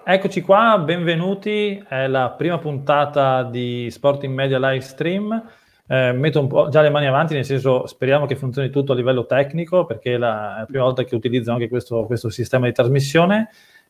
Eccoci qua, benvenuti. È la prima puntata di Sport in Media live stream. Metto un po' già le mani avanti, nel senso speriamo che funzioni tutto a livello tecnico, perché è la prima volta che utilizzo anche questo sistema di trasmissione.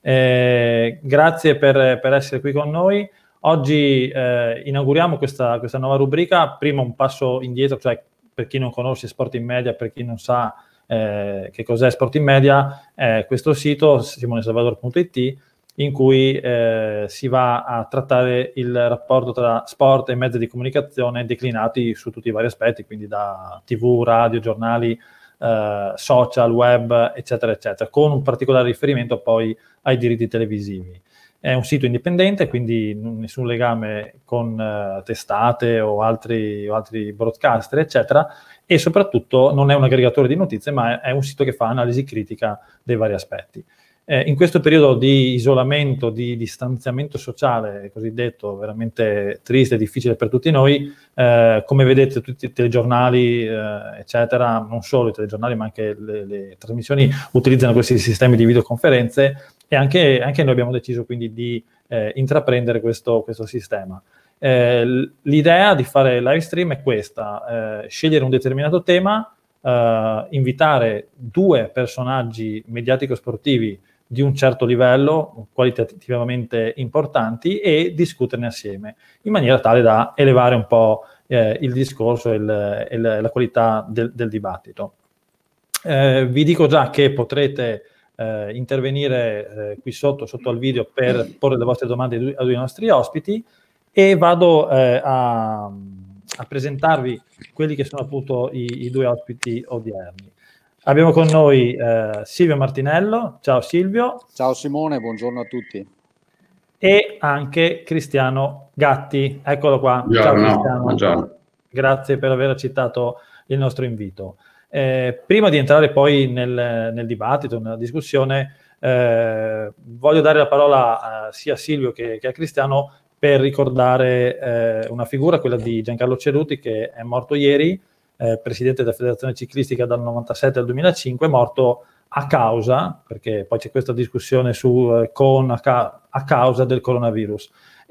Grazie per essere qui con noi. Oggi inauguriamo questa nuova rubrica. Prima un passo indietro, cioè per chi non conosce Sport in Media, per chi non sa che cos'è Sport in Media, questo sito simonesalvador.it, in cui si va a trattare il rapporto tra sport e mezzi di comunicazione declinati su tutti i vari aspetti, quindi da TV, radio, giornali, social, web, eccetera, eccetera, con un particolare riferimento poi ai diritti televisivi. È un sito indipendente, quindi nessun legame con testate o altri broadcaster, eccetera, e soprattutto non è un aggregatore di notizie, ma è un sito che fa analisi critica dei vari aspetti. In questo periodo di isolamento, di distanziamento sociale, cosiddetto, veramente triste e difficile per tutti noi, come vedete tutti i telegiornali, eccetera, non solo i telegiornali ma anche le trasmissioni utilizzano questi sistemi di videoconferenze, e anche noi abbiamo deciso quindi di intraprendere questo sistema. L'idea di fare live stream è questa: scegliere un determinato tema, invitare due personaggi mediatico-sportivi di un certo livello, qualitativamente importanti, e discuterne assieme, in maniera tale da elevare un po' il discorso e la qualità del dibattito. Vi dico già che potrete intervenire qui sotto al video per porre le vostre domande ai due nostri ospiti, e vado a presentarvi quelli che sono appunto i due ospiti odierni. Abbiamo con noi Silvio Martinello. Ciao Silvio. Ciao Simone, buongiorno a tutti. E anche Cristiano Gatti. Eccolo qua. Buongiorno. Ciao Cristiano. Buongiorno. Grazie per aver accettato il nostro invito. Prima di entrare poi nel dibattito, nella discussione, voglio dare la parola sia a Silvio che a Cristiano per ricordare una figura, quella di Giancarlo Ceruti, che è morto ieri, presidente della Federazione Ciclistica dal 97 al 2005, morto a causa, perché poi c'è questa discussione a causa del coronavirus.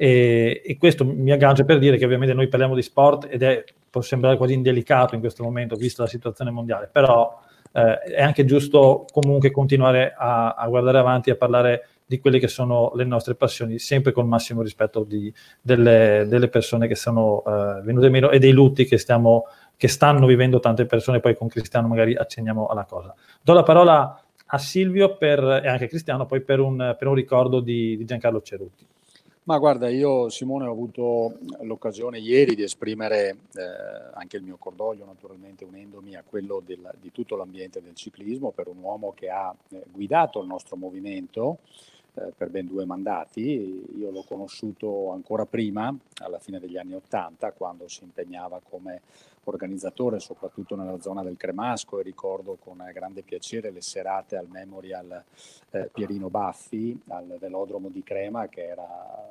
E questo mi aggancio per dire che ovviamente noi parliamo di sport ed può sembrare quasi indelicato in questo momento, vista la situazione mondiale, però è anche giusto comunque continuare a guardare avanti e a parlare di quelle che sono le nostre passioni, sempre con il massimo rispetto delle persone che sono venute meno e dei lutti che stanno vivendo tante persone. Poi con Cristiano magari accenniamo alla cosa. Do la parola a Silvio e anche a Cristiano poi per un ricordo di Giancarlo Ceruti. Ma guarda, io Simone ho avuto l'occasione ieri di esprimere anche il mio cordoglio, naturalmente unendomi a quello di tutto l'ambiente del ciclismo, per un uomo che ha guidato il nostro movimento per ben 2 mandati. Io l'ho conosciuto ancora prima, alla fine degli anni '80, quando si impegnava come organizzatore soprattutto nella zona del Cremasco, e ricordo con grande piacere le serate al Memorial Pierino Baffi, al velodromo di Crema, che era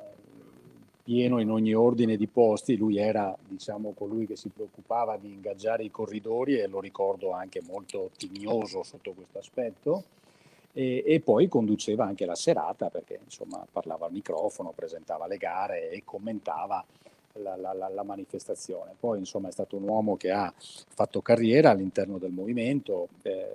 pieno in ogni ordine di posti. Lui era, diciamo, colui che si preoccupava di ingaggiare i corridori, e lo ricordo anche molto tignoso sotto questo aspetto. E poi conduceva anche la serata, perché insomma parlava al microfono, presentava le gare e commentava la manifestazione. Poi insomma è stato un uomo che ha fatto carriera all'interno del movimento,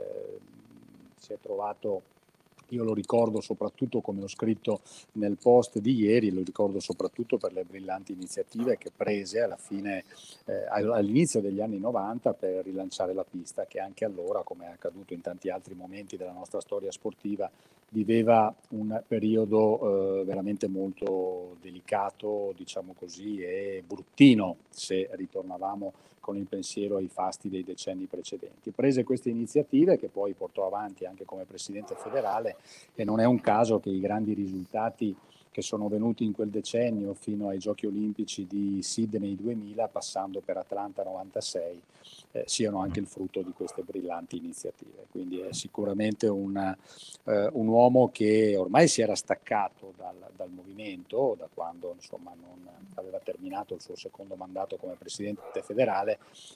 si è trovato, io lo ricordo soprattutto, come ho scritto nel post di ieri, lo ricordo soprattutto per le brillanti iniziative che prese alla fine, all'inizio degli anni '90, per rilanciare la pista, che anche allora, come è accaduto in tanti altri momenti della nostra storia sportiva, viveva un periodo veramente molto delicato, diciamo così, e bruttino, se ritornavamo con il pensiero ai fasti dei decenni precedenti. Prese queste iniziative che poi portò avanti anche come presidente federale, e non è un caso che i grandi risultati che sono venuti in quel decennio, fino ai Giochi Olimpici di Sydney 2000, passando per Atlanta 96, siano anche il frutto di queste brillanti iniziative. Quindi è sicuramente un uomo che ormai si era staccato dal movimento, da quando insomma non aveva terminato il suo secondo mandato come presidente federale,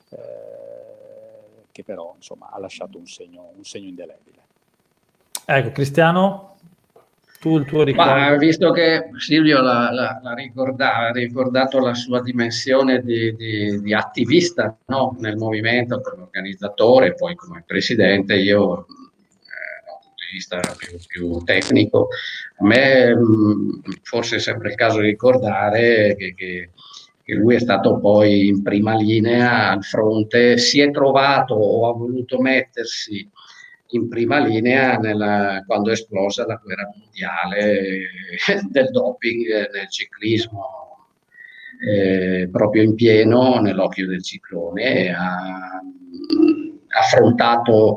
che però insomma ha lasciato un segno indelebile. Ecco, Cristiano. Tu il tuo ricordo? Ma visto che Silvio l'ha ricordato la sua dimensione di attivista, no? Nel movimento, come organizzatore, poi come presidente, io dal punto di vista più tecnico, a me forse è sempre il caso di ricordare che lui è stato poi in prima linea al fronte, si è trovato o ha voluto mettersi in prima linea quando è esplosa la guerra mondiale del doping nel ciclismo, proprio in pieno nell'occhio del ciclone, ha affrontato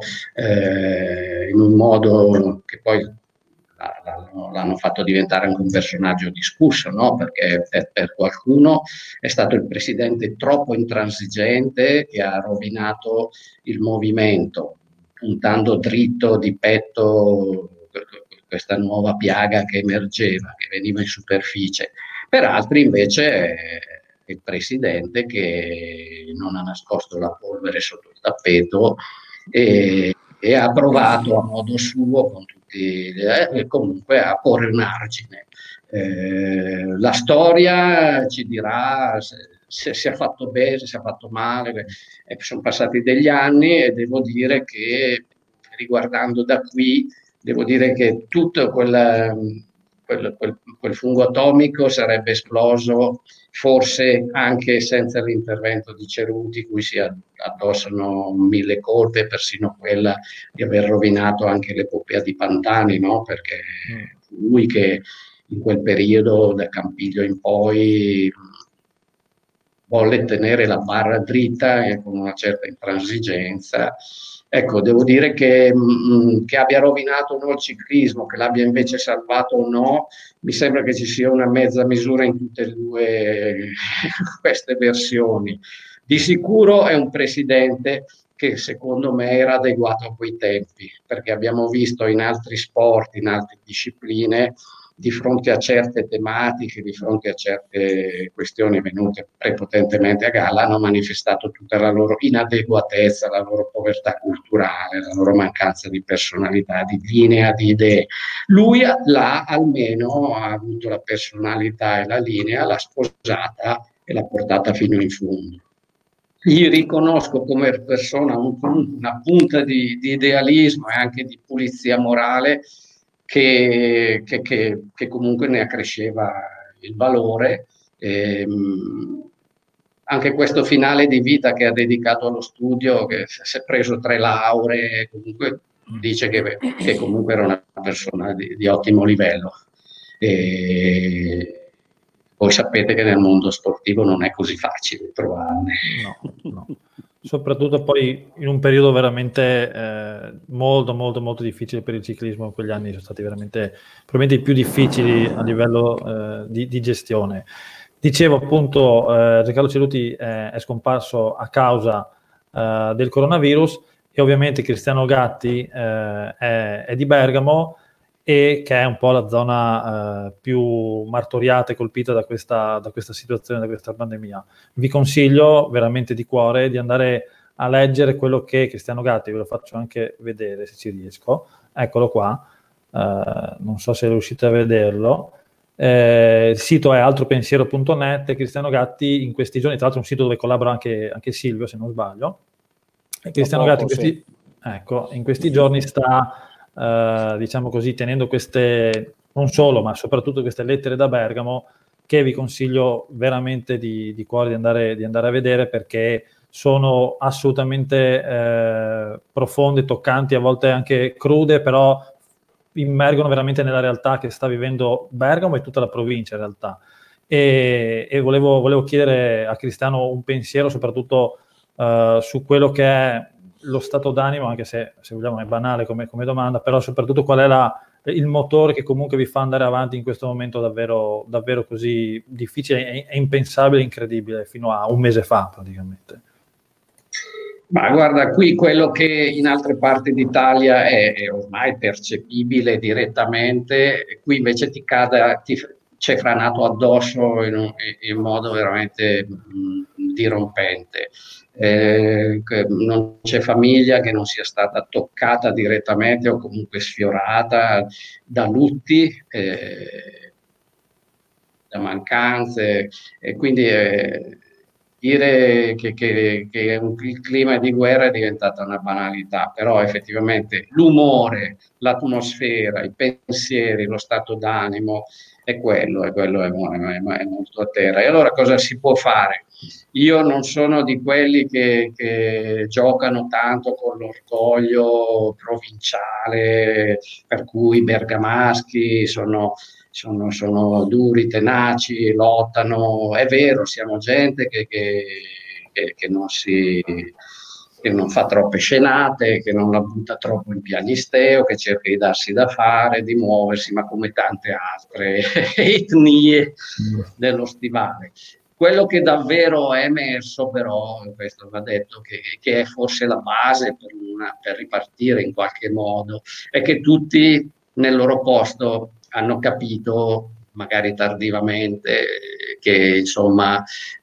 in un modo che poi l'hanno fatto diventare anche un personaggio discusso, no? Perché per qualcuno è stato il presidente troppo intransigente che ha rovinato il movimento, puntando dritto di petto questa nuova piaga che emergeva, che veniva in superficie. Per altri invece è il presidente che non ha nascosto la polvere sotto il tappeto e ha provato a modo suo con tutti comunque a porre un argine. La storia ci dirà se si è fatto bene, se si è fatto male, sono passati degli anni e devo dire che riguardando da qui, devo dire che tutto quel fungo atomico sarebbe esploso forse anche senza l'intervento di Ceruti, cui si addossano mille colpe, persino quella di aver rovinato anche l'epopea di Pantani, no? Perché lui che in quel periodo, da Campiglio in poi, volle tenere la barra dritta e con una certa intransigenza. Ecco, devo dire che abbia rovinato no il ciclismo, che l'abbia invece salvato o no, mi sembra che ci sia una mezza misura in tutte e due queste versioni. Di sicuro è un presidente che secondo me era adeguato a quei tempi, perché abbiamo visto in altri sport, in altre discipline, di fronte a certe tematiche, di fronte a certe questioni venute prepotentemente a galla, hanno manifestato tutta la loro inadeguatezza, la loro povertà culturale, la loro mancanza di personalità, di linea, di idee. Lui l'ha almeno ha avuto la personalità e la linea, l'ha sposata e l'ha portata fino in fondo. Gli riconosco come persona una punta di idealismo e anche di pulizia morale che comunque ne accresceva il valore. Anche questo finale di vita che ha dedicato allo studio, che si è preso 3 lauree, comunque dice che comunque era una persona di ottimo livello. Voi sapete che nel mondo sportivo non è così facile trovarne. No. Soprattutto poi in un periodo veramente molto difficile per il ciclismo. In quegli anni sono stati probabilmente i più difficili a livello di gestione. Dicevo appunto, Riccardo Ceruti è scomparso a causa del coronavirus e ovviamente Cristiano Gatti è di Bergamo, e che è un po' la zona più martoriata e colpita da questa situazione, da questa pandemia. Vi consiglio veramente di cuore di andare a leggere quello che Cristiano Gatti, ve lo faccio anche vedere se ci riesco, eccolo qua, non so se riuscite a vederlo. Il sito è altropensiero.net. Cristiano Gatti in questi giorni, tra l'altro è un sito dove collabora anche Silvio, se non sbaglio. E Cristiano Gatti in questi giorni sta diciamo così, tenendo queste, non solo, ma soprattutto queste lettere da Bergamo, che vi consiglio veramente di cuore di andare a vedere, perché sono assolutamente profonde, toccanti, a volte anche crude, però immergono veramente nella realtà che sta vivendo Bergamo e tutta la provincia in realtà. E volevo chiedere a Cristiano un pensiero soprattutto su quello che è lo stato d'animo, anche se vogliamo è banale come domanda, però soprattutto qual è il motore che comunque vi fa andare avanti in questo momento davvero così difficile e impensabile, incredibile, fino a un mese fa praticamente. Ma guarda, qui quello che in altre parti d'Italia è ormai percepibile direttamente, qui invece c'è franato addosso in modo veramente dirompente. non c'è famiglia che non sia stata toccata direttamente o comunque sfiorata da lutti, da mancanze, e quindi dire che il clima di guerra è diventata una banalità, però effettivamente l'umore, l'atmosfera, i pensieri, lo stato d'animo è molto a terra. E allora cosa si può fare? Io non sono di quelli che giocano tanto con l'orgoglio provinciale, per cui i bergamaschi sono duri, tenaci, lottano. È vero, siamo gente che non fa troppe scenate, che non la butta troppo in piagnisteo, che cerca di darsi da fare, di muoversi, ma come tante altre etnie dello stivale. Quello che davvero è emerso, però, questo va detto, che è forse la base per ripartire in qualche modo, è che tutti nel loro posto hanno capito, magari tardivamente, che insomma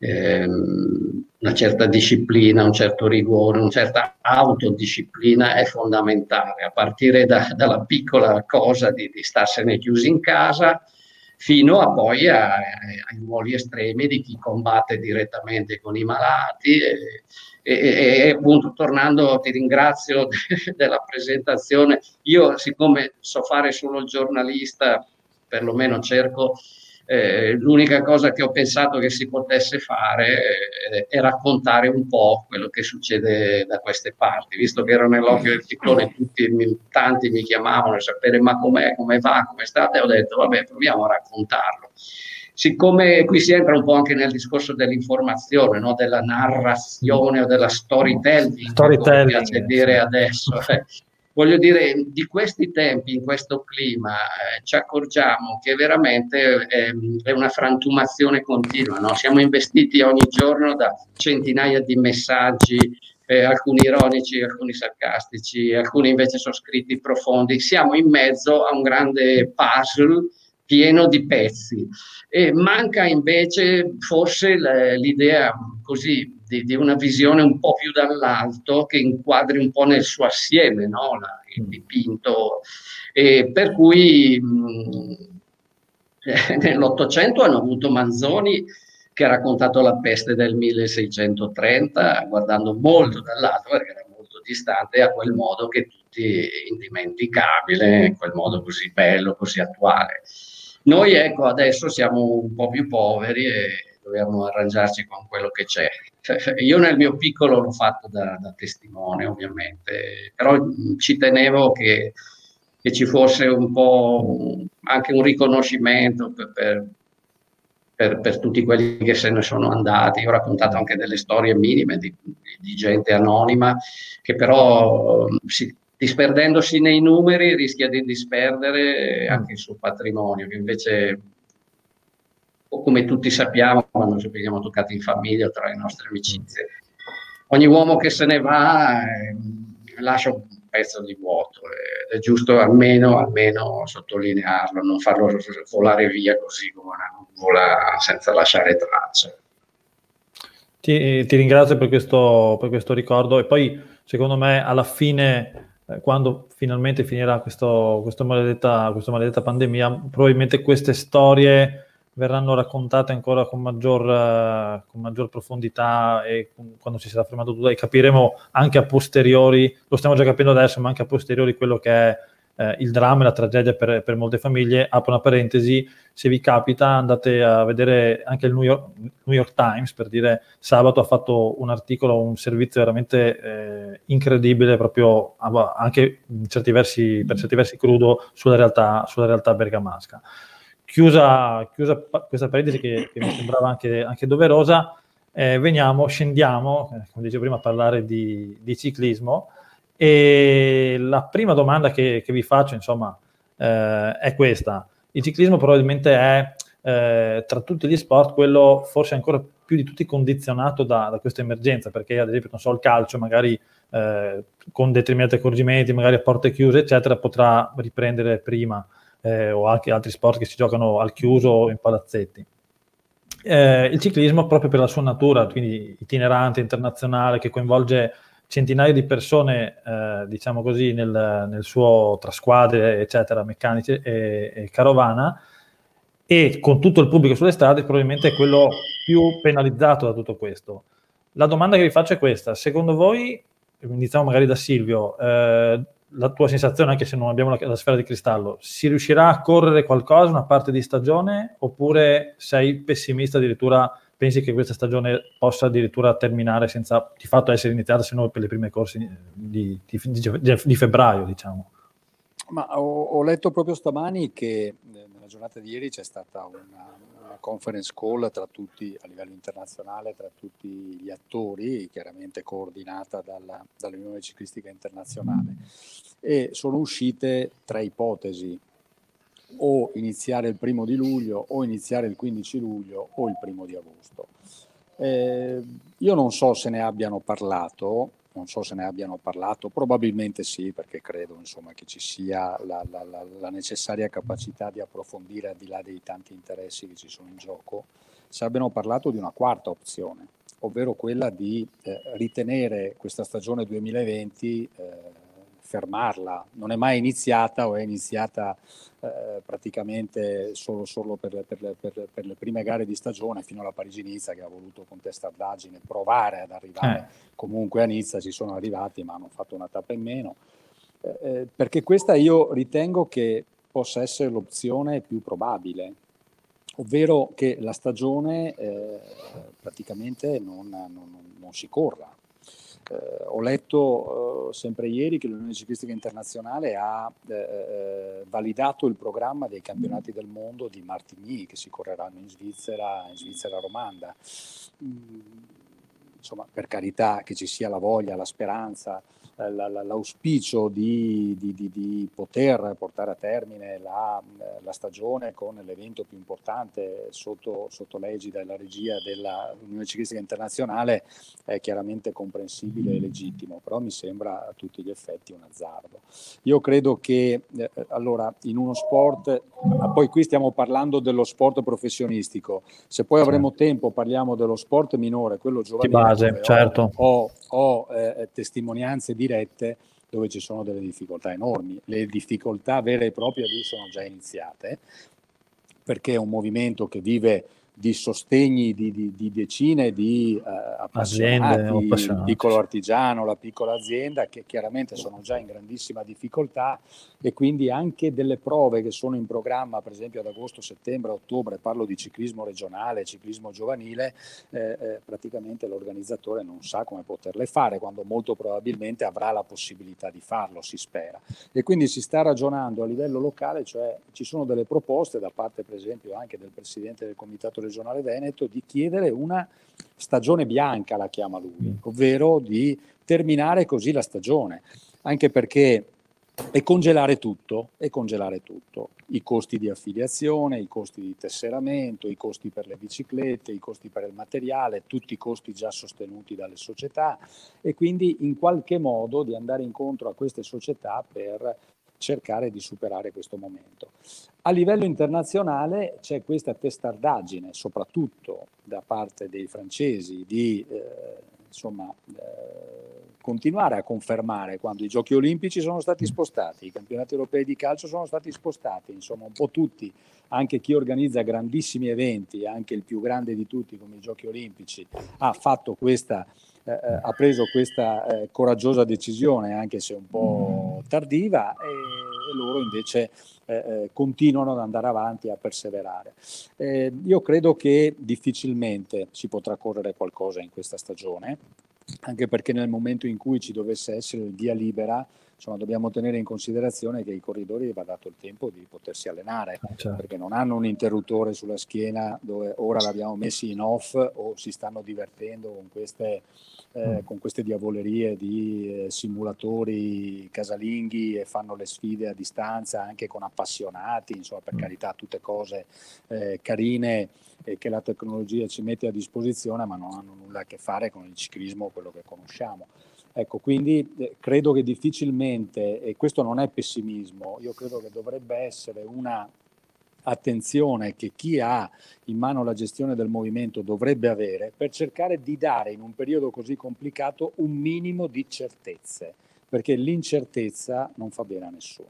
una certa disciplina, un certo rigore, una certa autodisciplina è fondamentale, a partire dalla piccola cosa di starsene chiusi in casa, fino a poi ai ruoli estremi di chi combatte direttamente con i malati. E appunto, tornando, ti ringrazio della presentazione. Io, siccome so fare solo il giornalista, perlomeno cerco, l'unica cosa che ho pensato che si potesse fare è raccontare un po' quello che succede da queste parti, visto che ero nell'occhio del ciclone, tanti mi chiamavano a sapere ma com'è, come va, come state, ho detto vabbè, proviamo a raccontarlo. Siccome qui si entra un po' anche nel discorso dell'informazione, no? Della narrazione o della storytelling, come piace dire adesso, voglio dire, di questi tempi, in questo clima, ci accorgiamo che veramente è una frantumazione continua, no? Siamo investiti ogni giorno da centinaia di messaggi, alcuni ironici, alcuni sarcastici, alcuni invece sono scritti profondi. Siamo in mezzo a un grande puzzle pieno di pezzi. E manca invece forse l'idea così di una visione un po' più dall'alto che inquadri un po' nel suo assieme, no? Il dipinto. Per cui nell'Ottocento hanno avuto Manzoni che ha raccontato la peste del 1630, guardando molto dall'alto perché era molto distante, a quel modo che tutti indimenticabile, quel modo così bello, così attuale. Noi, ecco, adesso siamo un po' più poveri e dobbiamo arrangiarci con quello che c'è. Io nel mio piccolo l'ho fatto da testimone, ovviamente, però ci tenevo che ci fosse un po' anche un riconoscimento per tutti quelli che se ne sono andati. Io ho raccontato anche delle storie minime di gente anonima che però disperdendosi nei numeri rischia di disperdere anche il suo patrimonio, che invece, come tutti sappiamo, quando ci veniamo toccati in famiglia o tra le nostre amicizie, ogni uomo che se ne va lascia un pezzo di vuoto, ed è giusto almeno sottolinearlo, non farlo volare via così come una nuvola senza lasciare tracce. Ti ringrazio per questo ricordo, e poi secondo me alla fine, quando finalmente finirà questa maledetta pandemia, probabilmente queste storie verranno raccontate ancora con maggior profondità, e quando si sarà fermato tutto, e capiremo anche a posteriori, lo stiamo già capendo adesso, ma anche a posteriori quello che è il dramma e la tragedia per molte famiglie. Apro una parentesi: se vi capita andate a vedere anche il New York Times, per dire, sabato ha fatto un articolo, un servizio veramente incredibile, proprio anche per certi versi crudo, sulla realtà bergamasca. Chiusa questa parentesi che mi sembrava anche doverosa, scendiamo, come dicevo prima, a parlare di ciclismo. E la prima domanda che vi faccio, insomma, è questa. Il ciclismo probabilmente è, tra tutti gli sport, quello forse ancora più di tutti condizionato da questa emergenza, perché ad esempio, non so, il calcio magari con determinati accorgimenti, magari a porte chiuse, eccetera, potrà riprendere prima, o anche altri sport che si giocano al chiuso o in palazzetti. il ciclismo, proprio per la sua natura, quindi itinerante, internazionale, che coinvolge centinaia di persone, diciamo così, nel suo, tra squadre, eccetera, meccanici e carovana, e con tutto il pubblico sulle strade, probabilmente è quello più penalizzato da tutto questo. La domanda che vi faccio è questa: secondo voi, iniziamo magari da Silvio, la tua sensazione, anche se non abbiamo la sfera di cristallo, si riuscirà a correre qualcosa una parte di stagione, oppure sei pessimista, addirittura pensi che questa stagione possa addirittura terminare senza di fatto essere iniziata, se non per le prime corse di febbraio, diciamo? Ma ho letto proprio stamani che nella giornata di ieri c'è stata una conference call tra tutti, a livello internazionale, tra tutti gli attori, chiaramente coordinata dall'Unione Ciclistica Internazionale, e sono uscite tre ipotesi: o iniziare il 1° luglio, o iniziare il 15 luglio, o il 1° agosto. Io non so se ne abbiano parlato, probabilmente sì, perché credo, insomma, che ci sia la necessaria capacità di approfondire, al di là dei tanti interessi che ci sono in gioco, se abbiano parlato di una quarta opzione, ovvero quella di ritenere questa stagione 2020, fermarla. Non è mai iniziata, o è iniziata praticamente solo per le prime gare di stagione, fino alla Parigi-Nizza, che ha voluto con testardaggine provare ad arrivare comunque a Nizza. Ci sono arrivati, ma hanno fatto una tappa in meno, perché questa io ritengo che possa essere l'opzione più probabile, ovvero che la stagione praticamente non si corra. Ho letto sempre ieri che l'Unione Ciclistica Internazionale ha validato il programma dei campionati del mondo di Martigny, che si correranno in Svizzera romanda. Insomma, per carità, che ci sia la voglia, la speranza, l'auspicio di poter portare a termine la stagione con l'evento più importante sotto l'egida e la regia dell'Unione Ciclistica Internazionale, è chiaramente comprensibile e legittimo, però mi sembra a tutti gli effetti un azzardo. Io credo che allora, in uno sport, poi qui stiamo parlando dello sport professionistico, se poi avremo tempo parliamo dello sport minore, quello giovanile, base, certo. ho testimonianze dirette dove ci sono delle difficoltà enormi. Le difficoltà vere e proprie lì sono già iniziate, perché è un movimento che vive di sostegni di decine di appassionati, il piccolo artigiano, la piccola azienda, che chiaramente sono già in grandissima difficoltà, e quindi anche delle prove che sono in programma, per esempio ad agosto, settembre, ottobre, parlo di ciclismo regionale, ciclismo giovanile, praticamente l'organizzatore non sa come poterle fare, quando molto probabilmente avrà la possibilità di farlo, si spera. E quindi si sta ragionando a livello locale, cioè ci sono delle proposte da parte, per esempio, anche del presidente del Comitato Regionale Veneto, di chiedere una stagione bianca, la chiama lui, ovvero di terminare così la stagione, anche perché e congelare tutto, i costi di affiliazione, i costi di tesseramento, i costi per le biciclette, i costi per il materiale, tutti i costi già sostenuti dalle società, e quindi in qualche modo di andare incontro a queste società per cercare di superare questo momento. A livello internazionale c'è questa testardaggine, soprattutto da parte dei francesi, di continuare a confermare, quando i giochi olimpici sono stati spostati, i campionati europei di calcio sono stati spostati, insomma un po' tutti, anche chi organizza grandissimi eventi, anche il più grande di tutti come i giochi olimpici, ha preso questa coraggiosa decisione, anche se un po' tardiva, e loro invece continuano ad andare avanti, a perseverare. Io credo che difficilmente si potrà correre qualcosa in questa stagione, anche perché nel momento in cui ci dovesse essere il via libera, insomma, dobbiamo tenere in considerazione che ai corridori va dato il tempo di potersi allenare, perché non hanno un interruttore sulla schiena dove ora l'abbiamo messi in off o si stanno divertendo con queste diavolerie di simulatori casalinghi, e fanno le sfide a distanza anche con appassionati, insomma, per carità, tutte cose carine che la tecnologia ci mette a disposizione, ma non hanno nulla a che fare con il ciclismo, quello che conosciamo. Ecco, quindi credo che difficilmente, e questo non è pessimismo, io credo che dovrebbe essere una attenzione che chi ha in mano la gestione del movimento dovrebbe avere per cercare di dare in un periodo così complicato un minimo di certezze, perché l'incertezza non fa bene a nessuno.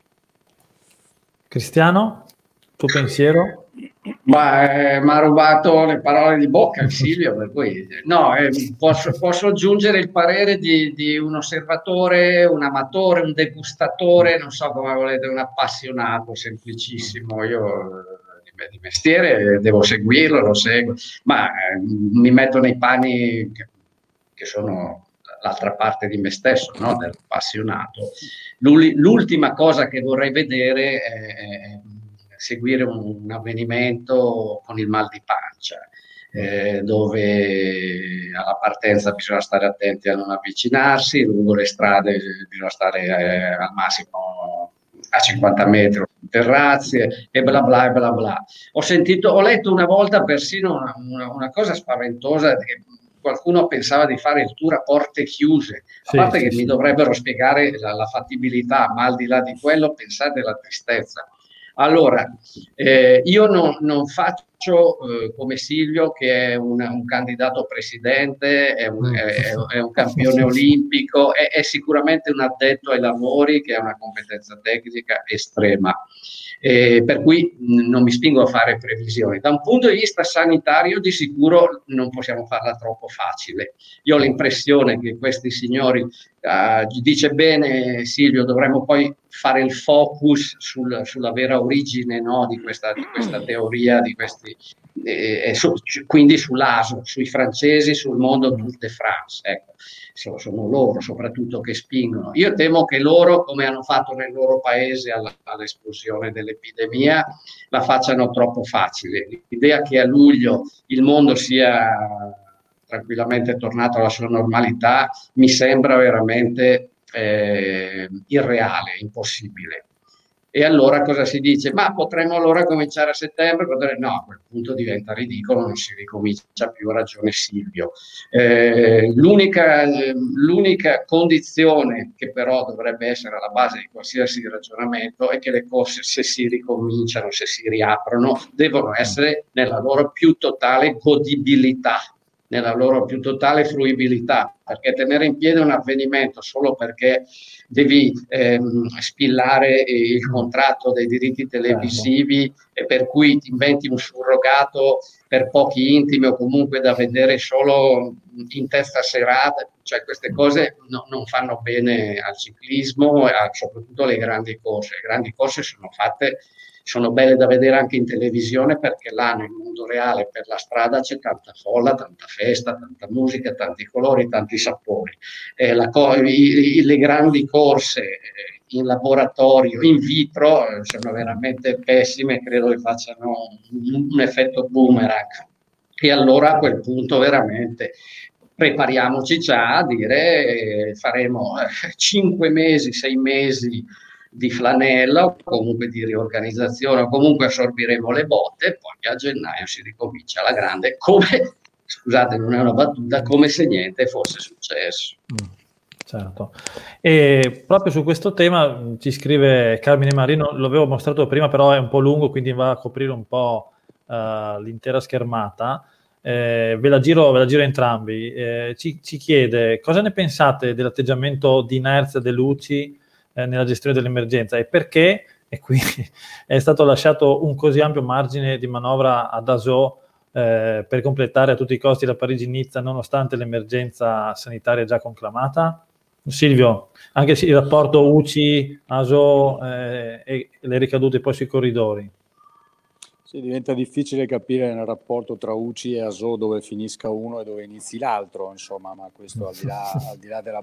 Cristiano, tuo pensiero? Mi ha rubato le parole di bocca il Silvio, per cui no, posso aggiungere il parere di un osservatore, un amatore, un degustatore, non so come volete, un appassionato, semplicissimo. Io di mestiere devo seguirlo, lo seguo, ma mi metto nei panni che sono l'altra parte di me stesso, no? Dell'appassionato. L'ultima cosa che vorrei vedere è seguire un avvenimento con il mal di pancia, dove alla partenza bisogna stare attenti a non avvicinarsi, lungo le strade bisogna stare al massimo a 50 metri terrazze e bla bla e bla bla. Ho letto una volta persino una cosa spaventosa che qualcuno pensava di fare il tour a porte chiuse, a parte che mi dovrebbero spiegare la fattibilità, ma al di là di quello pensate alla tristezza. Allora, io non faccio come Silvio, che è un candidato presidente, è un campione olimpico, è sicuramente un addetto ai lavori che ha una competenza tecnica estrema. Per cui non mi spingo a fare previsioni. Da un punto di vista sanitario di sicuro non possiamo farla troppo facile. Io ho l'impressione che questi signori, dice bene Silvio, dovremmo poi fare il focus sulla vera origine, no, di questa teoria, quindi sull'ASO, sui francesi, sul mondo Tour de France. Ecco. Sono loro soprattutto che spingono. Io temo che loro, come hanno fatto nel loro paese all'esplosione dell'epidemia, la facciano troppo facile. L'idea che a luglio il mondo sia tranquillamente tornato alla sua normalità mi sembra veramente irreale, impossibile. E allora cosa si dice? Ma potremmo allora cominciare a settembre? No, a quel punto diventa ridicolo, non si ricomincia più, ha ragione Silvio. L'unica condizione che però dovrebbe essere alla base di qualsiasi ragionamento è che le cose, se si ricominciano, se si riaprono, devono essere nella loro più totale godibilità, nella loro più totale fruibilità, perché tenere in piedi un avvenimento solo perché devi spillare il contratto dei diritti televisivi e per cui ti inventi un surrogato per pochi intimi o comunque da vedere solo in testa serata, cioè queste cose non fanno bene al ciclismo e soprattutto alle grandi corse. Le grandi corse sono belle da vedere anche in televisione perché là nel mondo reale per la strada c'è tanta folla, tanta festa, tanta musica, tanti colori, tanti sapori. Le grandi corse in laboratorio, in vitro, sono veramente pessime, credo che facciano un effetto boomerang. E allora a quel punto veramente prepariamoci già a dire faremo 5 mesi, 6 mesi di flanella o comunque di riorganizzazione o comunque assorbiremo le botte e poi a gennaio si ricomincia alla grande come, scusate non è una battuta, come se niente fosse successo. Certo. E proprio su questo tema ci scrive Carmine Marino, l'avevo mostrato prima però è un po' lungo quindi va a coprire un po' l'intera schermata. Ve la giro entrambi. Ci chiede cosa ne pensate dell'atteggiamento di inerzia dell'UCI nella gestione dell'emergenza e perché, e qui è stato lasciato un così ampio margine di manovra ad Dassault per completare a tutti i costi la Parigi-Nizza nonostante l'emergenza sanitaria già conclamata. Silvio, anche il rapporto UCI, ASO e le ricadute poi sui corridori. Sì, diventa difficile capire nel rapporto tra UCI e ASO dove finisca uno e dove inizi l'altro, insomma, ma questo al di là della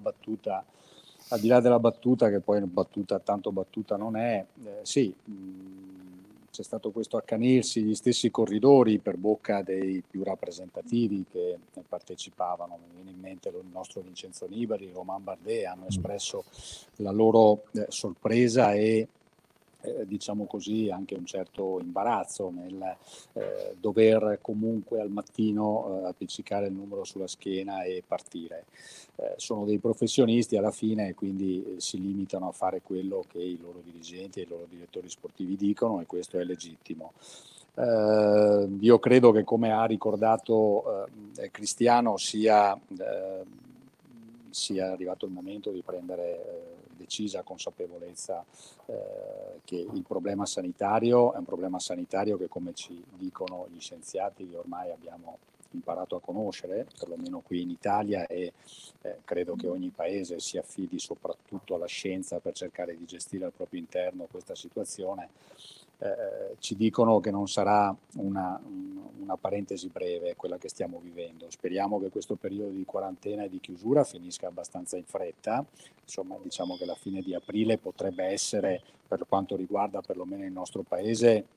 battuta, che poi tanto battuta non è, sì, c'è stato questo accanirsi, gli stessi corridori per bocca dei più rappresentativi che partecipavano, mi viene in mente il nostro Vincenzo Nibali, Romain Bardet, hanno espresso la loro sorpresa e diciamo così, anche un certo imbarazzo nel dover comunque al mattino appiccicare il numero sulla schiena e partire. Sono dei professionisti alla fine e quindi si limitano a fare quello che i loro dirigenti e i loro direttori sportivi dicono, e questo è legittimo. Io credo che, come ha ricordato Cristiano, sia arrivato il momento di prendere decisa consapevolezza che il problema sanitario è un problema sanitario che, come ci dicono gli scienziati, ormai abbiamo imparato a conoscere, perlomeno qui in Italia, e credo che ogni paese si affidi soprattutto alla scienza per cercare di gestire al proprio interno questa situazione. Ci dicono che non sarà una parentesi breve quella che stiamo vivendo. Speriamo che questo periodo di quarantena e di chiusura finisca abbastanza in fretta. Insomma, diciamo che la fine di aprile potrebbe essere, per quanto riguarda perlomeno il nostro paese,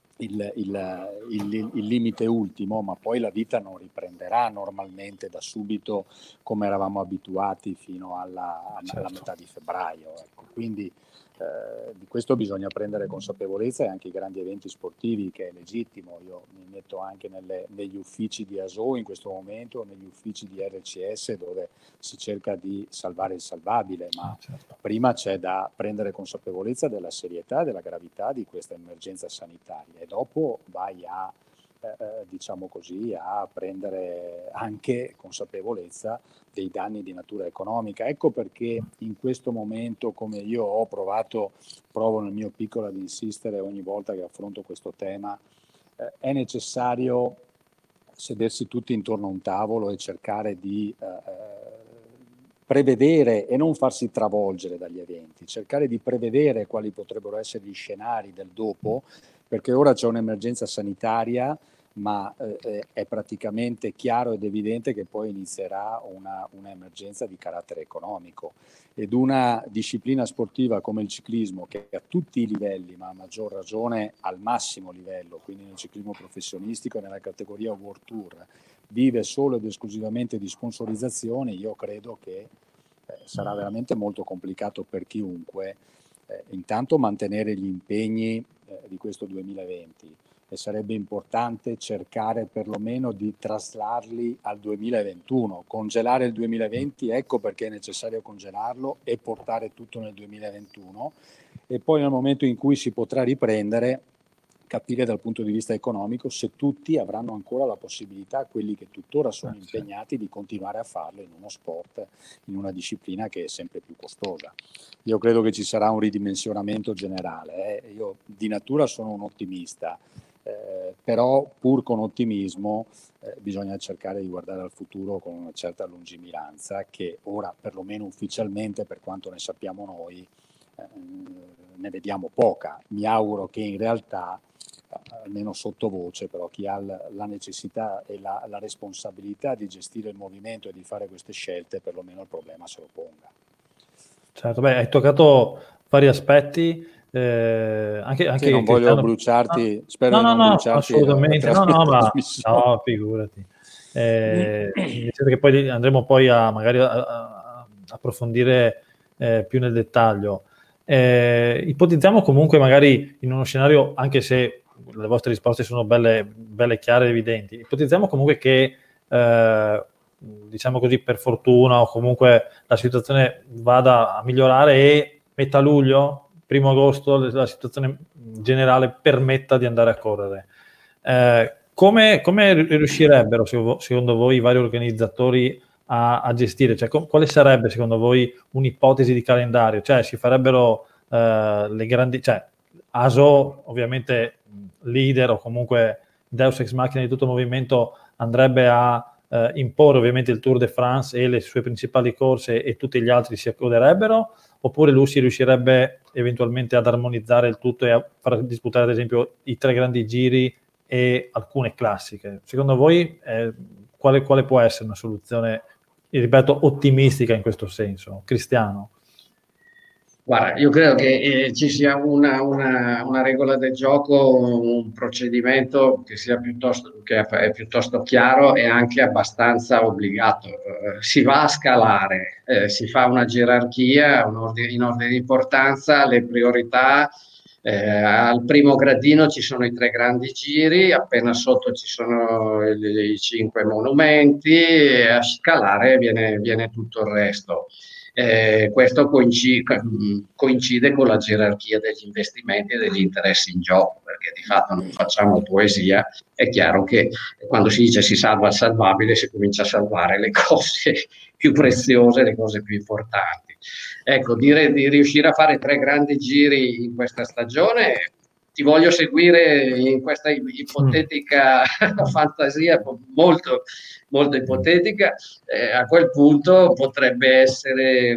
il limite ultimo, ma poi la vita non riprenderà normalmente da subito come eravamo abituati fino alla metà di febbraio. Ecco. Quindi di questo bisogna prendere consapevolezza, e anche i grandi eventi sportivi, che è legittimo. Io mi metto anche negli uffici di ASO in questo momento, negli uffici di RCS, dove si cerca di salvare il salvabile, ma prima c'è da prendere consapevolezza della serietà e della gravità di questa emergenza sanitaria, e dopo vai a diciamo così, a prendere anche consapevolezza dei danni di natura economica. Ecco perché in questo momento, come io provo nel mio piccolo ad insistere ogni volta che affronto questo tema, è necessario sedersi tutti intorno a un tavolo e cercare di prevedere e non farsi travolgere dagli eventi, cercare di prevedere quali potrebbero essere gli scenari del dopo, perché ora c'è un'emergenza sanitaria, ma è praticamente chiaro ed evidente che poi inizierà una emergenza di carattere economico, ed una disciplina sportiva come il ciclismo, che a tutti i livelli, ma a maggior ragione al massimo livello, quindi nel ciclismo professionistico e nella categoria World Tour, vive solo ed esclusivamente di sponsorizzazioni. Io credo che sarà veramente molto complicato per chiunque intanto mantenere gli impegni di questo 2020, e sarebbe importante cercare perlomeno di traslarli al 2021, congelare il 2020, ecco perché è necessario congelarlo e portare tutto nel 2021, e poi nel momento in cui si potrà riprendere, capire dal punto di vista economico se tutti avranno ancora la possibilità, quelli che tuttora sono impegnati, di continuare a farlo in uno sport, in una disciplina che è sempre più costosa. Io credo che ci sarà un ridimensionamento generale. Io di natura sono un ottimista, però pur con ottimismo bisogna cercare di guardare al futuro con una certa lungimiranza, che ora perlomeno ufficialmente, per quanto ne sappiamo noi, ne vediamo poca. Mi auguro che in realtà, almeno sottovoce, però chi ha la necessità e la responsabilità di gestire il movimento e di fare queste scelte, perlomeno il problema se lo ponga. Certo, beh, hai toccato vari aspetti, anche sì, non voglio bruciarti, spero di non bruciarti assolutamente, no, figurati. Nel senso che poi andremo poi magari a approfondire più nel dettaglio. Ipotizziamo comunque, magari in uno scenario, anche se le vostre risposte sono belle chiare e evidenti, ipotizziamo comunque che diciamo così, per fortuna, o comunque la situazione vada a migliorare e metà luglio, 1 agosto, la situazione generale permetta di andare a correre. Come riuscirebbero, secondo voi, i vari organizzatori a gestire? Cioè, quale sarebbe, secondo voi, un'ipotesi di calendario? Cioè, si farebbero le grandi... Cioè, ASO, ovviamente leader o comunque Deus Ex Machina di tutto il movimento, andrebbe a imporre ovviamente il Tour de France e le sue principali corse, e tutti gli altri si accoderebbero, oppure lui si riuscirebbe eventualmente ad armonizzare il tutto e a far disputare ad esempio i 3 grandi giri e alcune classiche? Secondo voi quale può essere una soluzione, ripeto, ottimistica in questo senso? Cristiano? Guarda, io credo che ci sia una regola del gioco, un procedimento che è piuttosto chiaro e anche abbastanza obbligato. Si va a scalare, si fa una gerarchia in ordine di importanza, le priorità Al primo gradino ci sono i 3 grandi giri, appena sotto ci sono i 5 monumenti, e a scalare viene tutto il resto. Questo coincide con la gerarchia degli investimenti e degli interessi in gioco, perché di fatto non facciamo poesia. È chiaro che quando si dice si salva il salvabile, si comincia a salvare le cose più preziose, le cose più importanti. Ecco, dire di riuscire a fare 3 grandi giri in questa stagione, ti voglio seguire in questa ipotetica fantasia molto, molto ipotetica. A quel punto potrebbe essere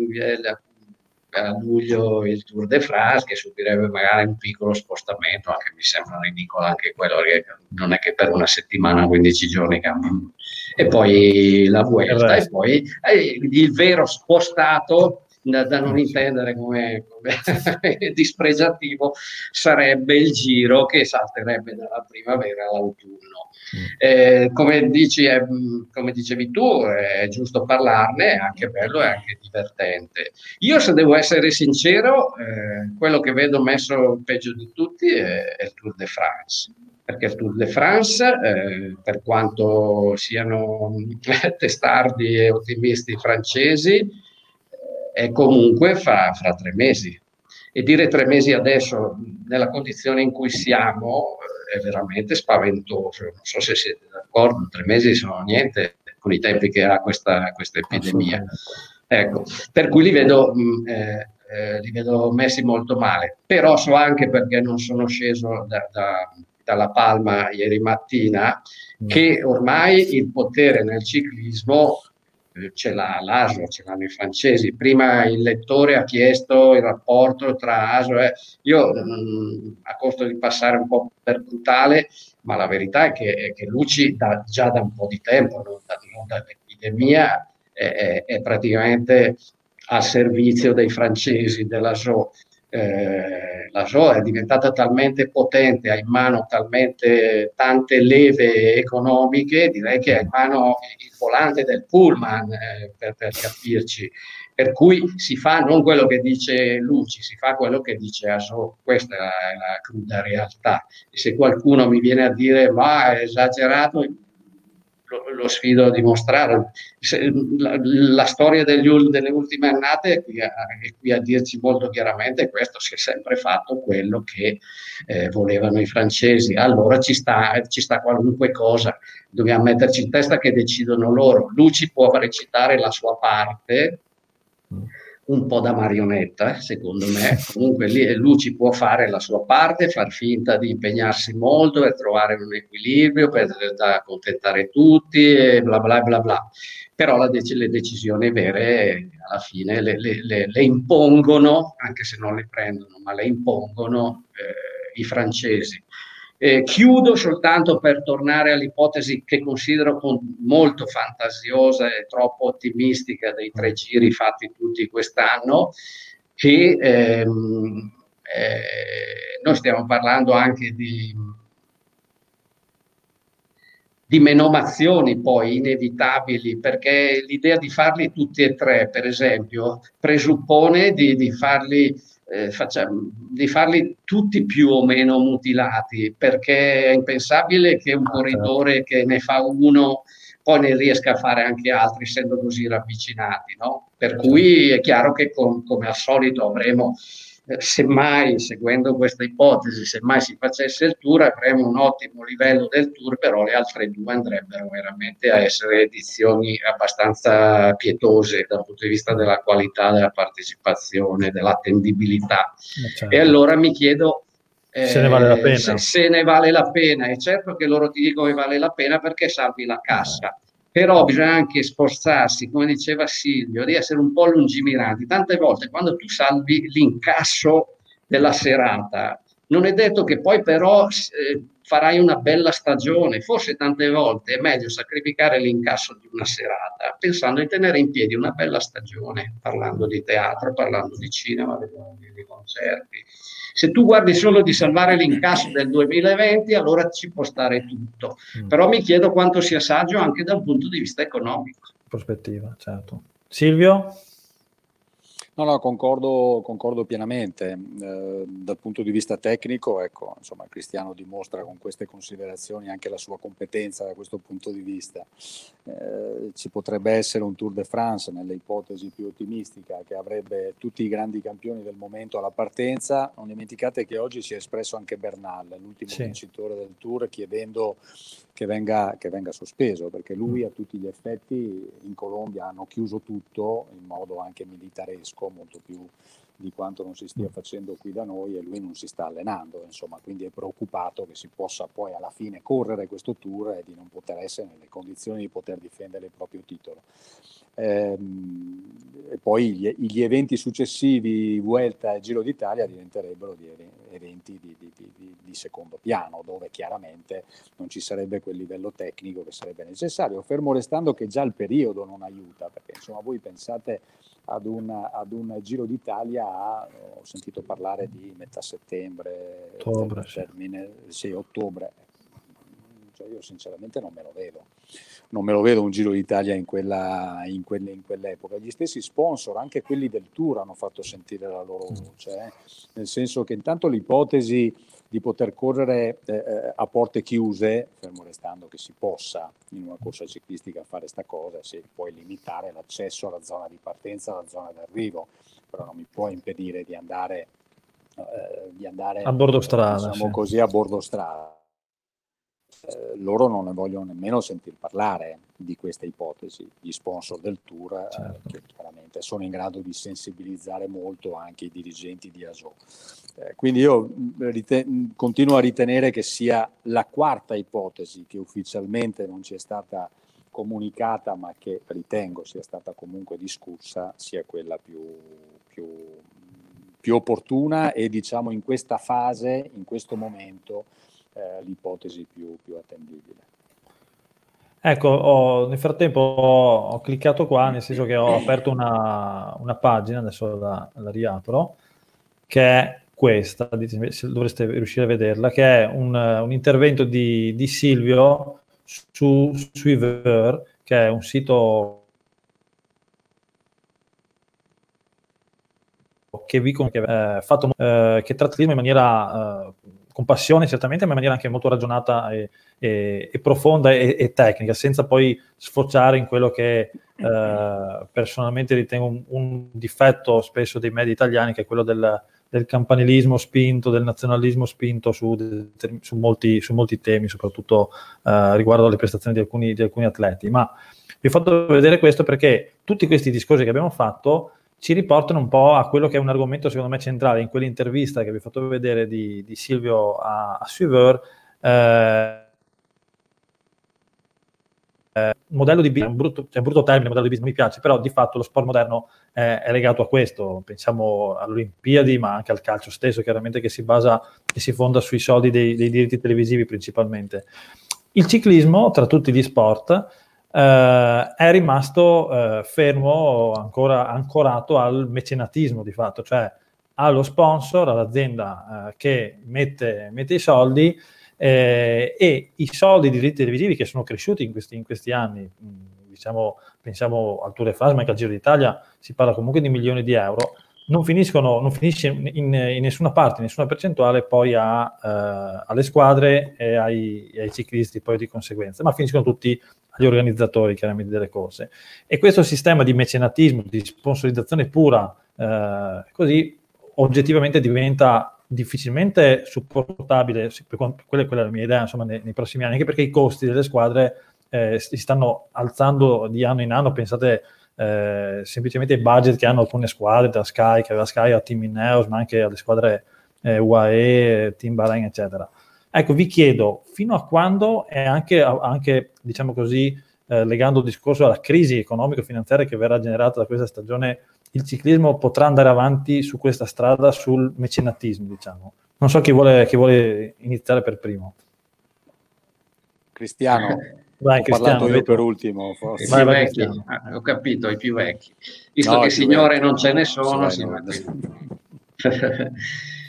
a luglio il Tour de France, che subirebbe magari un piccolo spostamento, anche mi sembra ridicolo anche quello, perché non è che per una settimana, 15 giorni cambiano. E poi la Vuelta, e poi il vero spostato, da non intendere come dispregiativo, sarebbe il Giro, che salterebbe dalla primavera all'autunno. Come dicevi tu, è giusto parlarne, è anche bello e anche divertente. Io, se devo essere sincero, quello che vedo messo peggio di tutti è il Tour de France, perché il Tour de France, per quanto siano testardi e ottimisti francesi, è comunque fra 3 mesi. E dire 3 mesi adesso, nella condizione in cui siamo, è veramente spaventoso. Non so se siete d'accordo, 3 mesi sono niente con i tempi che ha questa epidemia. Ecco, per cui li vedo messi molto male. Però so anche, perché non sono sceso dalla Palma ieri mattina, che ormai il potere nel ciclismo ce l'ha l'ASO, ce l'hanno i francesi. Prima il lettore ha chiesto il rapporto tra ASO io, a costo di passare un po' per brutale, ma la verità è che l'UCI già da un po' di tempo, non dall'epidemia, è praticamente al servizio dei francesi, dell'ASO. L'ASO è diventata talmente potente, ha in mano talmente tante leve economiche, direi che ha in mano il volante del pullman, per capirci. Per cui si fa non quello che dice Luci, si fa quello che dice ASO. Questa è la cruda realtà. E se qualcuno mi viene a dire ma è esagerato, lo sfido a dimostrare. La storia delle ultime annate è qui a dirci molto chiaramente questo: si è sempre fatto quello che volevano i francesi. Allora ci sta qualunque cosa, dobbiamo metterci in testa che decidono loro. Luci può recitare la sua parte, un po' da marionetta, secondo me. Comunque Luci può fare la sua parte, far finta di impegnarsi molto per trovare un equilibrio, per accontentare tutti e bla bla bla bla. Però le decisioni vere alla fine le impongono, anche se non le prendono, ma le impongono i francesi. Chiudo soltanto per tornare all'ipotesi che considero molto fantasiosa e troppo ottimistica dei 3 giri fatti tutti quest'anno, che noi stiamo parlando anche di menomazioni poi inevitabili, perché l'idea di farli tutti e 3, per esempio, presuppone di farli tutti più o meno mutilati, perché è impensabile che un corridore che ne fa uno poi ne riesca a fare anche altri, essendo così ravvicinati, no? Per cui è chiaro che come al solito avremo, semmai, seguendo questa ipotesi, semmai si facesse il Tour, avremo un ottimo livello del Tour, però le altre 2 andrebbero veramente a essere edizioni abbastanza pietose dal punto di vista della qualità della partecipazione, dell'attendibilità. E allora mi chiedo se ne vale la pena. Se ne vale la pena. È certo che loro ti dicono che vale la pena perché salvi la cassa. Però bisogna anche sforzarsi, come diceva Silvio, di essere un po' lungimiranti. Tante volte quando tu salvi l'incasso della serata, non è detto che poi però farai una bella stagione. Forse tante volte è meglio sacrificare l'incasso di una serata pensando di tenere in piedi una bella stagione, parlando di teatro, parlando di cinema, di concerti. Se tu guardi solo di salvare l'incasso del 2020, allora ci può stare tutto. Però mi chiedo quanto sia saggio anche dal punto di vista economico. Prospettiva, certo. Silvio? No, concordo pienamente. Dal punto di vista tecnico, ecco, insomma, Cristiano dimostra con queste considerazioni anche la sua competenza da questo punto di vista. Ci potrebbe essere un Tour de France, nelle ipotesi più ottimistica, che avrebbe tutti i grandi campioni del momento alla partenza. Non dimenticate che oggi si è espresso anche Bernal, l'ultimo vincitore del Tour, chiedendo che venga sospeso, perché lui a tutti gli effetti in Colombia hanno chiuso tutto in modo anche militaresco, molto più di quanto non si stia facendo qui da noi, e lui non si sta allenando, insomma, quindi è preoccupato che si possa poi alla fine correre questo Tour e di non poter essere nelle condizioni di poter difendere il proprio titolo. E poi gli eventi successivi, Vuelta e Giro d'Italia, diventerebbero eventi di secondo piano, dove chiaramente non ci sarebbe quel livello tecnico che sarebbe necessario, fermo restando che già il periodo non aiuta, perché insomma voi pensate ad un Giro d'Italia, ho sentito parlare di metà settembre, ottobre, termine, ottobre. Cioè io sinceramente non me lo vedo un Giro d'Italia in quell'epoca. Gli stessi sponsor, anche quelli del Tour, hanno fatto sentire la loro voce, nel senso che intanto l'ipotesi di poter correre a porte chiuse, fermo restando che si possa in una corsa ciclistica fare sta cosa, se puoi limitare l'accesso alla zona di partenza, alla zona d'arrivo, però non mi può impedire di andare a bordo strada, diciamo così, a bordo strada. Loro non ne vogliono nemmeno sentir parlare di questa ipotesi, gli sponsor del Tour, che chiaramente sono in grado di sensibilizzare molto anche i dirigenti di ASO. Quindi io continuo a ritenere che sia la quarta ipotesi, che ufficialmente non ci è stata comunicata, ma che ritengo sia stata comunque discussa, sia quella più opportuna e, diciamo, in questa fase, in questo momento, l'ipotesi più attendibile. Ecco, nel frattempo ho cliccato qua, nel senso che ho aperto una pagina, adesso la riapro, che è questa, dovreste riuscire a vederla, che è un intervento di Silvio su Suiveur, che è un sito che tratta il in maniera con passione certamente, ma in maniera anche molto ragionata e profonda e tecnica, senza poi sfociare in quello che personalmente ritengo un difetto spesso dei media italiani, che è quello del campanilismo spinto, del nazionalismo spinto su molti temi, soprattutto riguardo alle prestazioni di alcuni atleti. Ma vi ho fatto vedere questo perché tutti questi discorsi che abbiamo fatto ci riportano un po' a quello che è un argomento secondo me centrale in quell'intervista che vi ho fatto vedere di Silvio a Suiveur. Modello di business, è un brutto termine, modello di business, mi piace, però di fatto lo sport moderno è legato a questo. Pensiamo alle Olimpiadi, ma anche al calcio stesso, chiaramente, che si basa e si fonda sui soldi dei diritti televisivi principalmente. Il ciclismo, tra tutti gli sport, è rimasto fermo, ancora ancorato al mecenatismo di fatto, cioè allo sponsor, all'azienda che mette i soldi, e i soldi di diritti televisivi che sono cresciuti in questi anni, diciamo, pensiamo al Tour de France, ma anche al Giro d'Italia, si parla comunque di milioni di euro, non finisce in nessuna parte, in nessuna percentuale poi alle squadre e ai ciclisti poi di conseguenza, ma finiscono tutti agli organizzatori chiaramente delle corse. E questo sistema di mecenatismo, di sponsorizzazione pura, così oggettivamente diventa difficilmente supportabile, quella è la mia idea, insomma, nei prossimi anni, anche perché i costi delle squadre si stanno alzando di anno in anno. Pensate semplicemente ai budget che hanno alcune squadre, da Sky, che aveva Sky, a Team Ineos, ma anche alle squadre UAE, Team Bahrain, eccetera. Ecco, vi chiedo, fino a quando, e anche diciamo così, legando il discorso alla crisi economico-finanziaria che verrà generata da questa stagione, il ciclismo potrà andare avanti su questa strada, sul mecenatismo, diciamo. Non so chi vuole iniziare per primo. Cristiano. Vai, ho parlato io per ultimo, forse. I più vecchi, ho capito, i più vecchi. Visto che signore non ce ne sono,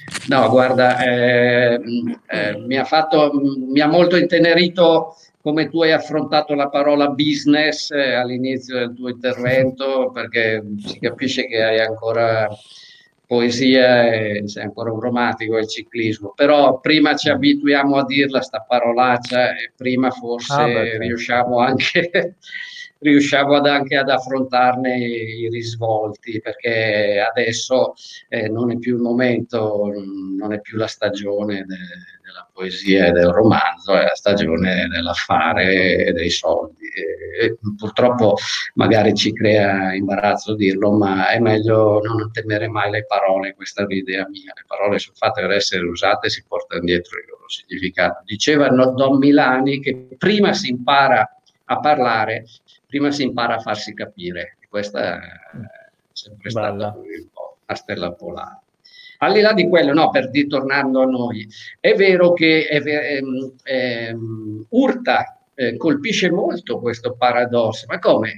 No, guarda, mi ha molto intenerito come tu hai affrontato la parola business all'inizio del tuo intervento, perché si capisce che hai ancora poesia e sei ancora un romantico del ciclismo, però prima ci abituiamo a dirla sta parolaccia e prima Ah, beh, forse certo. riusciamo anche, anche ad affrontarne i risvolti, perché adesso non è più il momento, non è più la stagione della poesia e del romanzo, è la stagione dell'affare e dei soldi. E purtroppo magari ci crea imbarazzo dirlo, ma è meglio non temere mai le parole, questa è un'idea mia. Le parole sono fatte per essere usate e si portano dietro il loro significato. Diceva Don Milani che prima si impara a parlare, prima si impara a farsi capire. E questa è sempre stata Bella. lui un po' la stella polare. Al di là di quello, no, tornando a noi, è vero che urta, colpisce molto questo paradosso, ma come?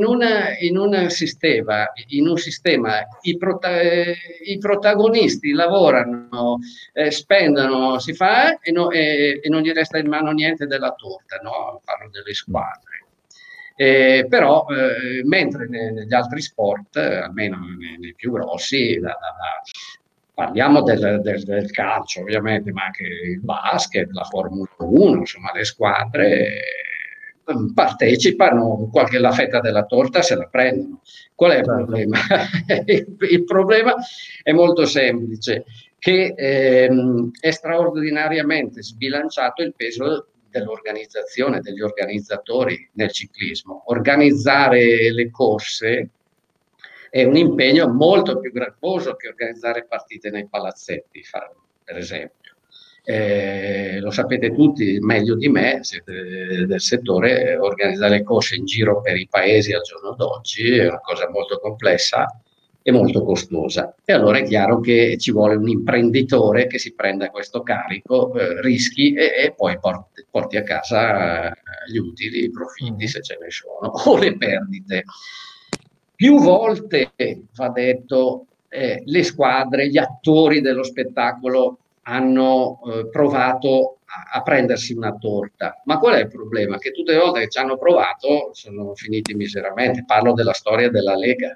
In un sistema i protagonisti lavorano, spendono, si fa e non gli resta in mano niente della torta, no? Parlo delle squadre. Però mentre negli altri sport, almeno nei più grossi, parliamo del calcio ovviamente, ma anche il basket, la Formula 1, insomma le squadre partecipano, la fetta della torta se la prendono. Qual è il Certo. problema? Il problema è molto semplice, che è straordinariamente sbilanciato il peso dell'organizzazione, degli organizzatori nel ciclismo. Organizzare le corse è un impegno molto più gravoso che organizzare partite nei palazzetti, per esempio. Lo sapete tutti meglio di me, siete del settore, organizzare le corse in giro per i paesi al giorno d'oggi è una cosa molto complessa e molto costosa. E allora è chiaro che ci vuole un imprenditore che si prenda questo carico, rischi e poi porti a casa gli utili, i profitti se ce ne sono, o le perdite. Più volte, va detto, le squadre, gli attori dello spettacolo hanno provato a prendersi una torta. Ma qual è il problema? Che tutte le volte che ci hanno provato sono finiti miseramente. Parlo della storia della Lega.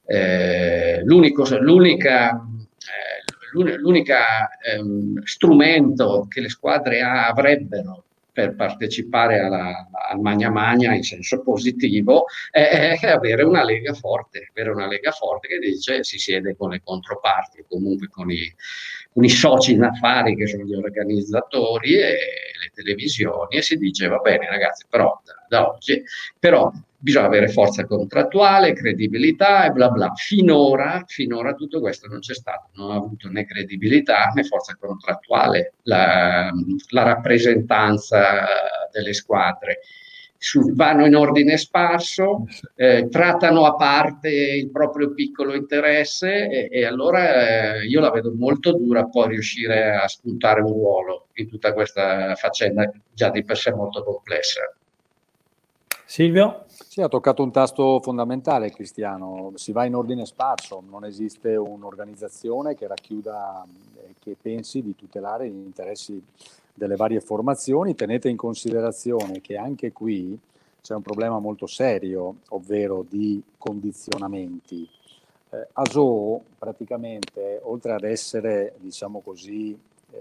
L'unica strumento che le squadre avrebbero per partecipare al Magna Magna in senso positivo è avere una Lega forte che dice si siede con le controparti o comunque con i soci in affari che sono gli organizzatori e le televisioni e si dice va bene ragazzi, però da oggi però bisogna avere forza contrattuale, credibilità e bla bla. Finora tutto questo non c'è stato, non ha avuto né credibilità né forza contrattuale la rappresentanza delle squadre. Vanno in ordine sparso, trattano a parte il proprio piccolo interesse e allora io la vedo molto dura poi riuscire a spuntare un ruolo in tutta questa faccenda già di per sé molto complessa. Silvio? Sì, ha toccato un tasto fondamentale, Cristiano. Si va in ordine sparso, non esiste un'organizzazione che racchiuda, che pensi di tutelare gli interessi delle varie formazioni. Tenete in considerazione che anche qui c'è un problema molto serio, ovvero di condizionamenti. ASO praticamente, oltre ad essere, diciamo così,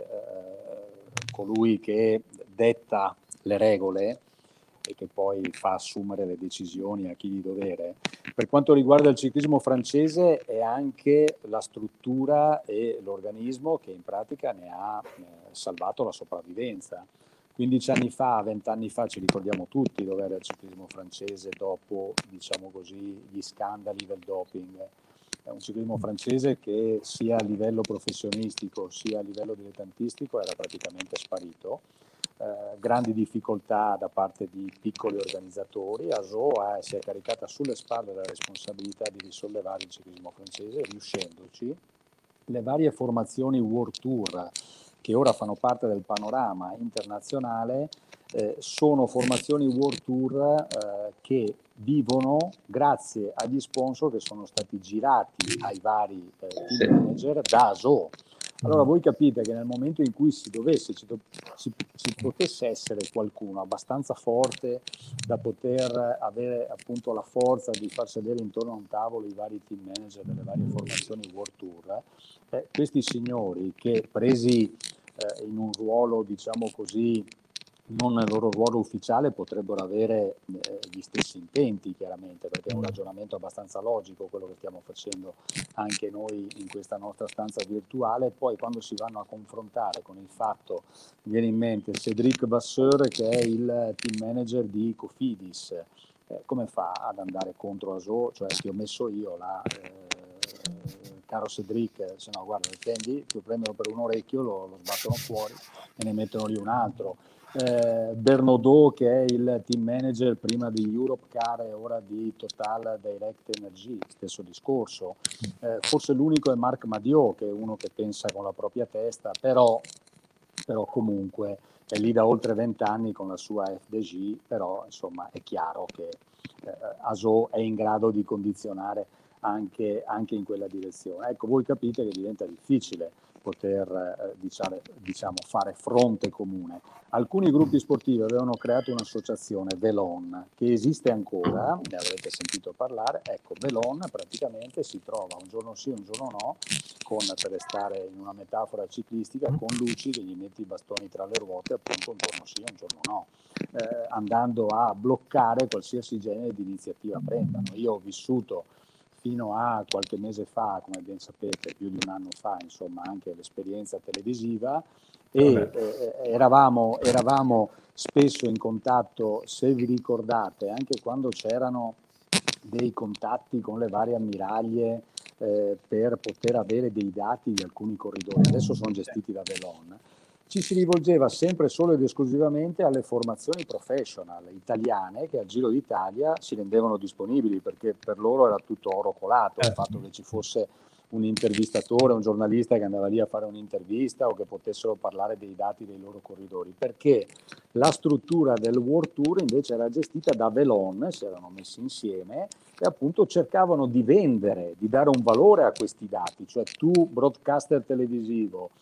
colui che detta le regole, e che poi fa assumere le decisioni a chi di dovere. Per quanto riguarda il ciclismo francese è anche la struttura e l'organismo che in pratica ne ha salvato la sopravvivenza. 15 anni fa, 20 anni fa, ci ricordiamo tutti dove era il ciclismo francese dopo, diciamo così, gli scandali del doping. È un ciclismo francese che sia a livello professionistico sia a livello dilettantistico era praticamente sparito. Grandi difficoltà da parte di piccoli organizzatori. ASO si è caricata sulle spalle la responsabilità di risollevare il ciclismo francese, riuscendoci. Le varie formazioni World Tour che ora fanno parte del panorama internazionale sono formazioni World Tour che vivono grazie agli sponsor che sono stati girati ai vari team manager da ASO. Allora voi capite che nel momento in cui ci potesse essere qualcuno abbastanza forte da poter avere appunto la forza di far sedere intorno a un tavolo i vari team manager delle varie formazioni World Tour, questi signori che presi in un ruolo, diciamo così, non nel loro ruolo ufficiale, potrebbero avere gli stessi intenti, chiaramente, perché è un ragionamento abbastanza logico quello che stiamo facendo anche noi in questa nostra stanza virtuale. Poi quando si vanno a confrontare con il fatto, mi viene in mente Cédric Vasseur, che è il team manager di Cofidis, come fa ad andare contro Aso? Cioè ti ho messo io là, caro Cédric, se no guarda, prendi, ti prendono per un orecchio, lo sbattono fuori e ne mettono lì un altro. Bernaudot, che è il team manager prima di Europe Car e ora di Total Direct Energy, stesso discorso. Forse l'unico è Marc Madiot, che è uno che pensa con la propria testa, però comunque è lì da oltre 20 anni con la sua FDJ, però insomma è chiaro che Aso è in grado di condizionare anche in quella direzione. Ecco, voi capite che diventa difficile poter diciamo fare fronte comune. Alcuni gruppi sportivi avevano creato un'associazione, Velon, che esiste ancora, ne avrete sentito parlare. Ecco, Velon praticamente si trova un giorno sì, un giorno no, per restare in una metafora ciclistica, con luci che gli metti i bastoni tra le ruote, appunto un giorno sì, un giorno no, andando a bloccare qualsiasi genere di iniziativa prendano. Io ho vissuto fino a qualche mese fa, come ben sapete, più di un anno fa, insomma, anche l'esperienza televisiva, e eravamo spesso in contatto, se vi ricordate, anche quando c'erano dei contatti con le varie ammiraglie per poter avere dei dati di alcuni corridori, adesso sono gestiti da Velon. Ci si rivolgeva sempre solo ed esclusivamente alle formazioni professional italiane che al Giro d'Italia si rendevano disponibili, perché per loro era tutto oro colato il fatto che ci fosse un intervistatore, un giornalista che andava lì a fare un'intervista o che potessero parlare dei dati dei loro corridori, perché la struttura del World Tour invece era gestita da Velon, si erano messi insieme e appunto cercavano di vendere, di dare un valore a questi dati, cioè tu broadcaster televisivo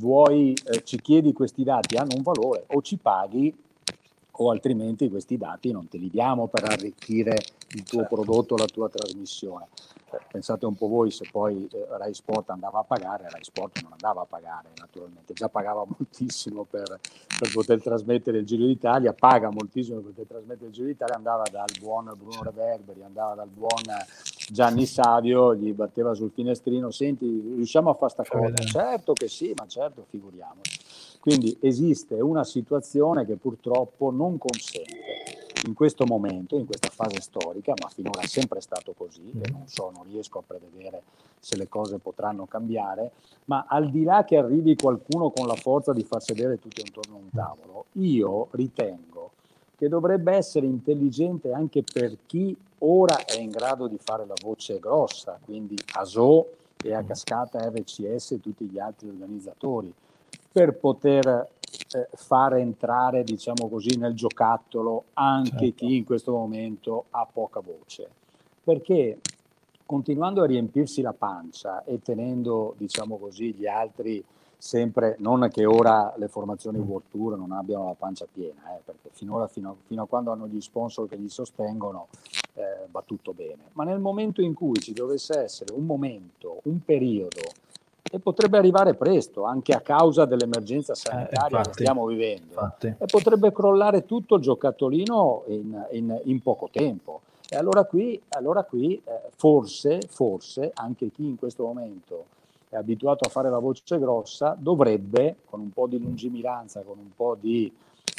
ci chiedi questi dati, hanno un valore, o ci paghi o altrimenti questi dati non te li diamo per arricchire il tuo prodotto, la tua trasmissione. Pensate un po' voi, se poi Rai Sport andava a pagare, Rai Sport non andava a pagare naturalmente, già pagava moltissimo per poter trasmettere il Giro d'Italia, paga moltissimo per poter trasmettere il Giro d'Italia, andava dal buon Bruno Reverberi, andava dal buon Gianni Savio, gli batteva sul finestrino, senti, riusciamo a fare sta cosa? Certo che sì, ma certo, figuriamoci. Quindi esiste una situazione che purtroppo non consente in questo momento, in questa fase storica, ma finora è sempre stato così, e non riesco a prevedere se le cose potranno cambiare, ma al di là che arrivi qualcuno con la forza di far sedere tutti intorno a un tavolo, io ritengo che dovrebbe essere intelligente anche per chi ora è in grado di fare la voce grossa, quindi ASO e a cascata RCS e tutti gli altri organizzatori, per poter fare entrare, diciamo così, nel giocattolo anche chi in questo momento ha poca voce. Perché continuando a riempirsi la pancia e tenendo, diciamo così, gli altri sempre, non che ora le formazioni World Tour non abbiano la pancia piena, perché finora, fino a quando hanno gli sponsor che li sostengono, va tutto bene. Ma nel momento in cui ci dovesse essere un momento, un periodo, e potrebbe arrivare presto, anche a causa dell'emergenza sanitaria che stiamo vivendo, e potrebbe crollare tutto il giocattolino in poco tempo. E allora qui forse anche chi in questo momento è abituato a fare la voce grossa dovrebbe, con un po' di lungimiranza, con un po' di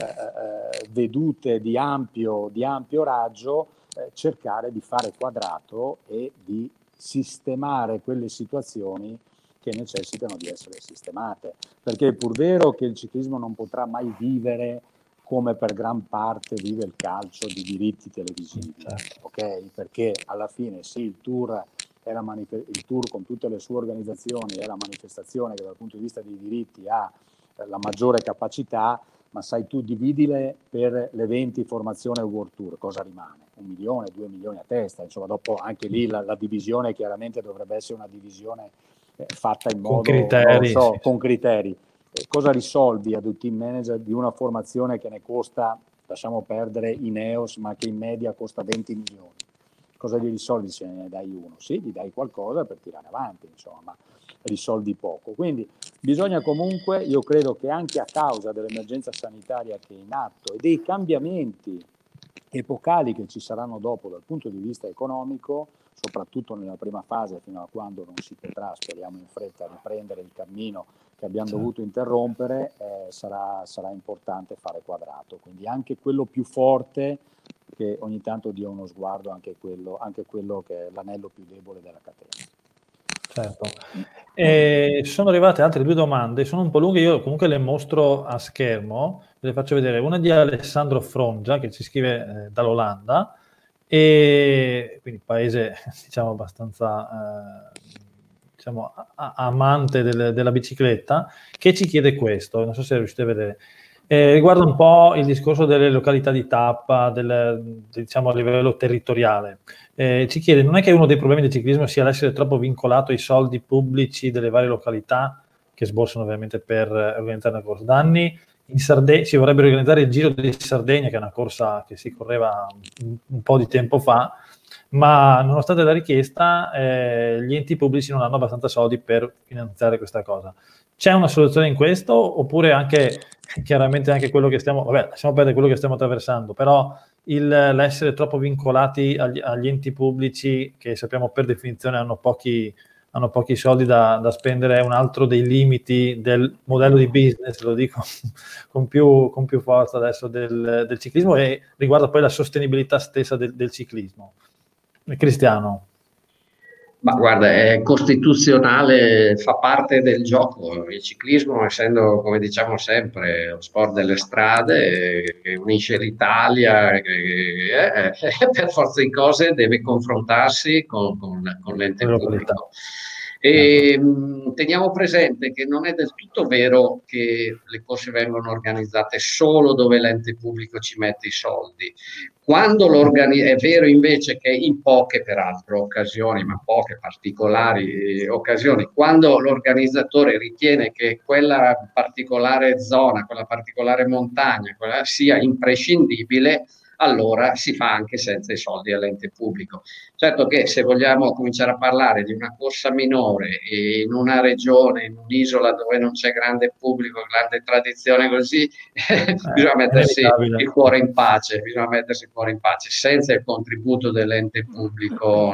vedute di ampio raggio, cercare di fare quadrato e di sistemare quelle situazioni che necessitano di essere sistemate, perché è pur vero che il ciclismo non potrà mai vivere come per gran parte vive il calcio di diritti televisivi, ok? Perché alla fine sì, il Tour con tutte le sue organizzazioni è la manifestazione che dal punto di vista dei diritti ha la maggiore capacità, ma sai tu, dividile per le 20 formazione World Tour, cosa rimane? 1 milione, 2 milioni a testa, insomma dopo anche lì la divisione chiaramente dovrebbe essere una divisione fatta in Con modo, criteri, non so, sì. con criteri. Cosa risolvi ad un team manager di una formazione che ne costa, lasciamo perdere Ineos, ma che in media costa 20 milioni? Cosa gli risolvi se ne dai uno? Sì, gli dai qualcosa per tirare avanti, insomma, ma risolvi poco. Quindi bisogna comunque, io credo che anche a causa dell'emergenza sanitaria che è in atto e dei cambiamenti epocali che ci saranno dopo dal punto di vista economico, soprattutto nella prima fase fino a quando non si potrà, speriamo in fretta, riprendere il cammino che abbiamo dovuto interrompere, sarà importante fare quadrato. Quindi anche quello più forte che ogni tanto dia uno sguardo anche quello che è l'anello più debole della catena. Certo. Sono arrivate altre 2 domande, sono un po' lunghe, io comunque le mostro a schermo, ve le faccio vedere. Una di Alessandro Frongia, che ci scrive dall'Olanda, e quindi paese diciamo abbastanza diciamo, amante della bicicletta, che ci chiede questo, non so se riuscite a vedere. Riguarda un po' il discorso delle località di tappa, diciamo a livello territoriale. Ci chiede, non è che uno dei problemi del ciclismo sia l'essere troppo vincolato ai soldi pubblici delle varie località che sborsano ovviamente per organizzare una corsa? Da anni in Sardegna si vorrebbe organizzare il Giro di Sardegna, che è una corsa che si correva un po' di tempo fa, ma nonostante la richiesta gli enti pubblici non hanno abbastanza soldi per finanziare questa cosa. C'è una soluzione in questo, oppure anche chiaramente anche quello che stiamo, vabbè, lasciamo perdere quello che stiamo attraversando, però l'essere troppo vincolati agli enti pubblici, che sappiamo per definizione hanno pochi soldi da spendere, è un altro dei limiti del modello di business, lo dico con più forza adesso, del ciclismo, e riguarda poi la sostenibilità stessa del ciclismo. Cristiano. Ma guarda, è costituzionale, fa parte del gioco. Il ciclismo, essendo, come diciamo sempre, lo sport delle strade, che unisce l'Italia, per forza di cose deve confrontarsi con l'ente Le località. pubblico. E teniamo presente che non è del tutto vero che le corse vengono organizzate solo dove l'ente pubblico ci mette i soldi. È vero invece che in poche, peraltro, occasioni, ma poche particolari occasioni, quando l'organizzatore ritiene che quella particolare zona, quella particolare montagna, sia imprescindibile, allora si fa anche senza i soldi all'ente pubblico. Certo che se vogliamo cominciare a parlare di una corsa minore in una regione, in un'isola dove non c'è grande pubblico, grande tradizione così, bisogna mettersi inevitabile. il cuore in pace, bisogna mettersi il cuore in pace. Senza il contributo dell'ente pubblico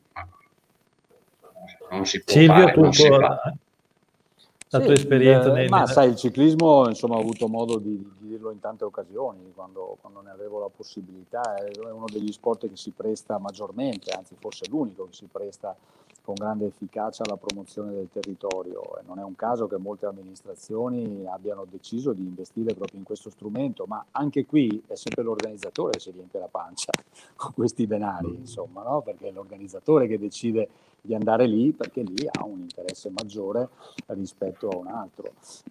non si può Silvio, fare, non si fa. la Sì, tua esperienza ma sai, il ciclismo, insomma, ho avuto modo di dirlo in tante occasioni, quando ne avevo la possibilità, è uno degli sport che si presta maggiormente, anzi forse l'unico che si presta con grande efficacia alla promozione del territorio, e non è un caso che molte amministrazioni abbiano deciso di investire proprio in questo strumento, ma anche qui è sempre l'organizzatore che si riempie la pancia con questi denari, insomma, no? Perché è l'organizzatore che decide di andare lì, perché lì ha un interesse maggiore rispetto a un altro.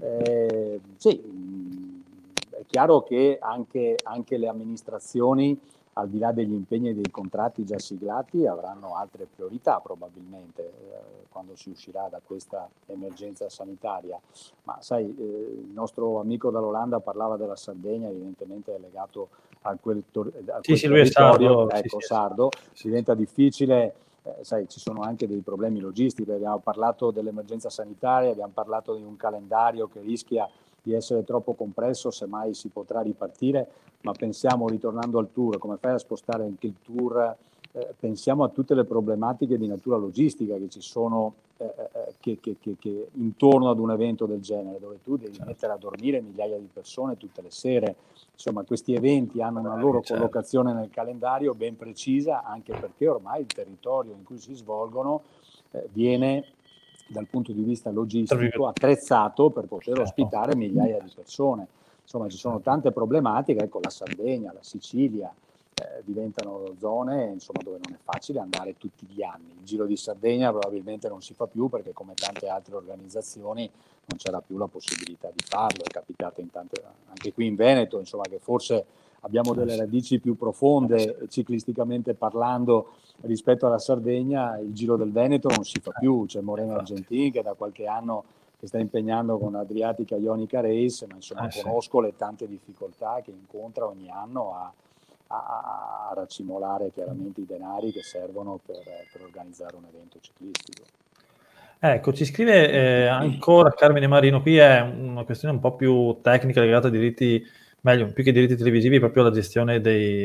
Sì, è chiaro che anche le amministrazioni, al di là degli impegni e dei contratti già siglati, avranno altre priorità probabilmente quando si uscirà da questa emergenza sanitaria. Ma sai, il nostro amico dall'Olanda parlava della Sardegna, evidentemente è legato a quel sì, lui è territorio, sardo, ecco, sì. sardo, diventa difficile. Sai, ci sono anche dei problemi logistici, abbiamo parlato dell'emergenza sanitaria, abbiamo parlato di un calendario che rischia di essere troppo compresso, semmai si potrà ripartire, ma pensiamo, ritornando al tour, come fai a spostare anche il tour? Pensiamo a tutte le problematiche di natura logistica che ci sono che intorno ad un evento del genere, dove tu devi mettere a dormire migliaia di persone tutte le sere. Insomma, questi eventi hanno una loro collocazione nel calendario ben precisa, anche perché ormai il territorio in cui si svolgono viene, dal punto di vista logistico, attrezzato per poter ospitare migliaia di persone. Insomma, ci sono tante problematiche, ecco, la Sardegna, la Sicilia, diventano zone, insomma, dove non è facile andare tutti gli anni. Il Giro di Sardegna probabilmente non si fa più, perché come tante altre organizzazioni non c'era più la possibilità di farlo. È capitato in tante, anche qui in Veneto, insomma, che forse abbiamo delle radici più profonde ciclisticamente parlando rispetto alla Sardegna. Il Giro del Veneto non si fa più, c'è Moreno Argentin che da qualche anno si sta impegnando con Adriatica Ionica Race, ma insomma conosco le tante difficoltà che incontra ogni anno a racimolare chiaramente i denari che servono per organizzare un evento ciclistico. Ecco, ci scrive ancora Carmine Marino, qui è una questione un po' più tecnica legata a diritti, meglio, più che diritti televisivi, proprio alla gestione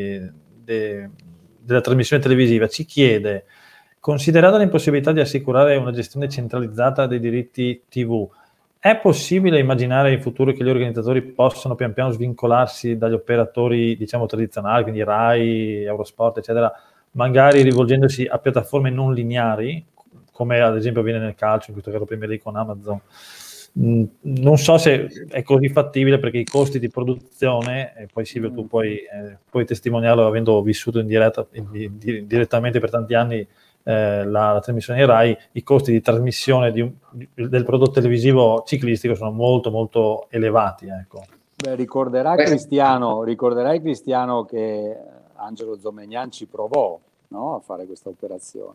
della trasmissione televisiva. Ci chiede, considerata l'impossibilità di assicurare una gestione centralizzata dei diritti TV, è possibile immaginare in futuro che gli organizzatori possano pian piano svincolarsi dagli operatori, diciamo, tradizionali, quindi Rai, Eurosport, eccetera, magari rivolgendosi a piattaforme non lineari, come ad esempio avviene nel calcio, in questo caso Premier League con Amazon? Non so se è così fattibile, perché i costi di produzione, e poi Silvio tu puoi testimoniarlo avendo vissuto in diretta, direttamente per tanti anni la trasmissione Rai, i costi di trasmissione del prodotto televisivo ciclistico sono molto molto elevati. Ecco. Beh, ricorderai Cristiano che Angelo Zomegnan ci provò, no, a fare questa operazione.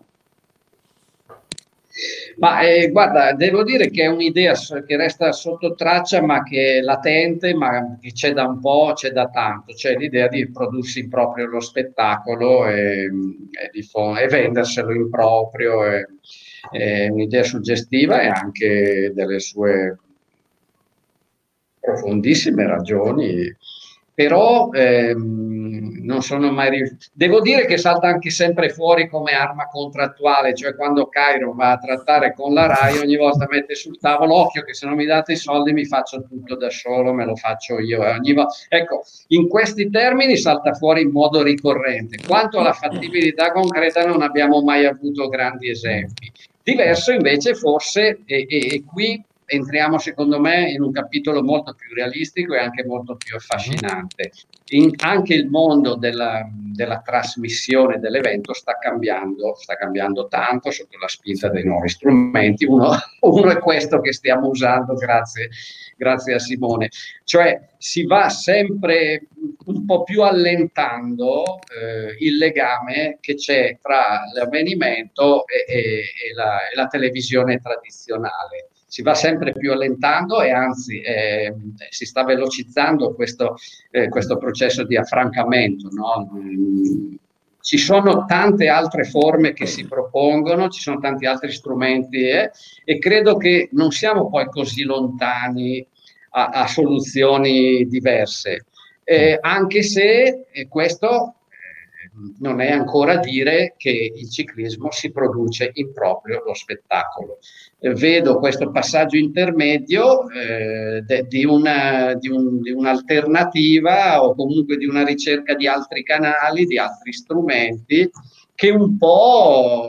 Ma guarda, devo dire che è un'idea che resta sotto traccia, ma che è latente, ma che c'è da un po', c'è da tanto. C'è l'idea di prodursi proprio lo spettacolo e venderselo in proprio. È un'idea suggestiva e anche delle sue profondissime ragioni, però non sono mai... Devo dire che salta anche sempre fuori come arma contrattuale, cioè quando Cairo va a trattare con la Rai, ogni volta mette sul tavolo, occhio che se non mi date i soldi mi faccio tutto da solo, me lo faccio io. Ecco, in questi termini salta fuori in modo ricorrente. Quanto alla fattibilità concreta non abbiamo mai avuto grandi esempi. Diverso invece forse, e qui entriamo secondo me in un capitolo molto più realistico e anche molto più affascinante. Anche il mondo della trasmissione dell'evento sta cambiando tanto sotto la spinta dei nuovi strumenti. Uno è questo che stiamo usando grazie a Simone, cioè si va sempre un po' più allentando il legame che c'è tra l'avvenimento e la televisione tradizionale. Si va sempre più allentando e anzi si sta velocizzando questo processo di affrancamento, no? Ci sono tante altre forme che si propongono, ci sono tanti altri strumenti e credo che non siamo poi così lontani a soluzioni diverse, anche se questo non è ancora dire che il ciclismo si produce in proprio lo spettacolo. Vedo questo passaggio intermedio di un'alternativa o comunque di una ricerca di altri canali, di altri strumenti che un po'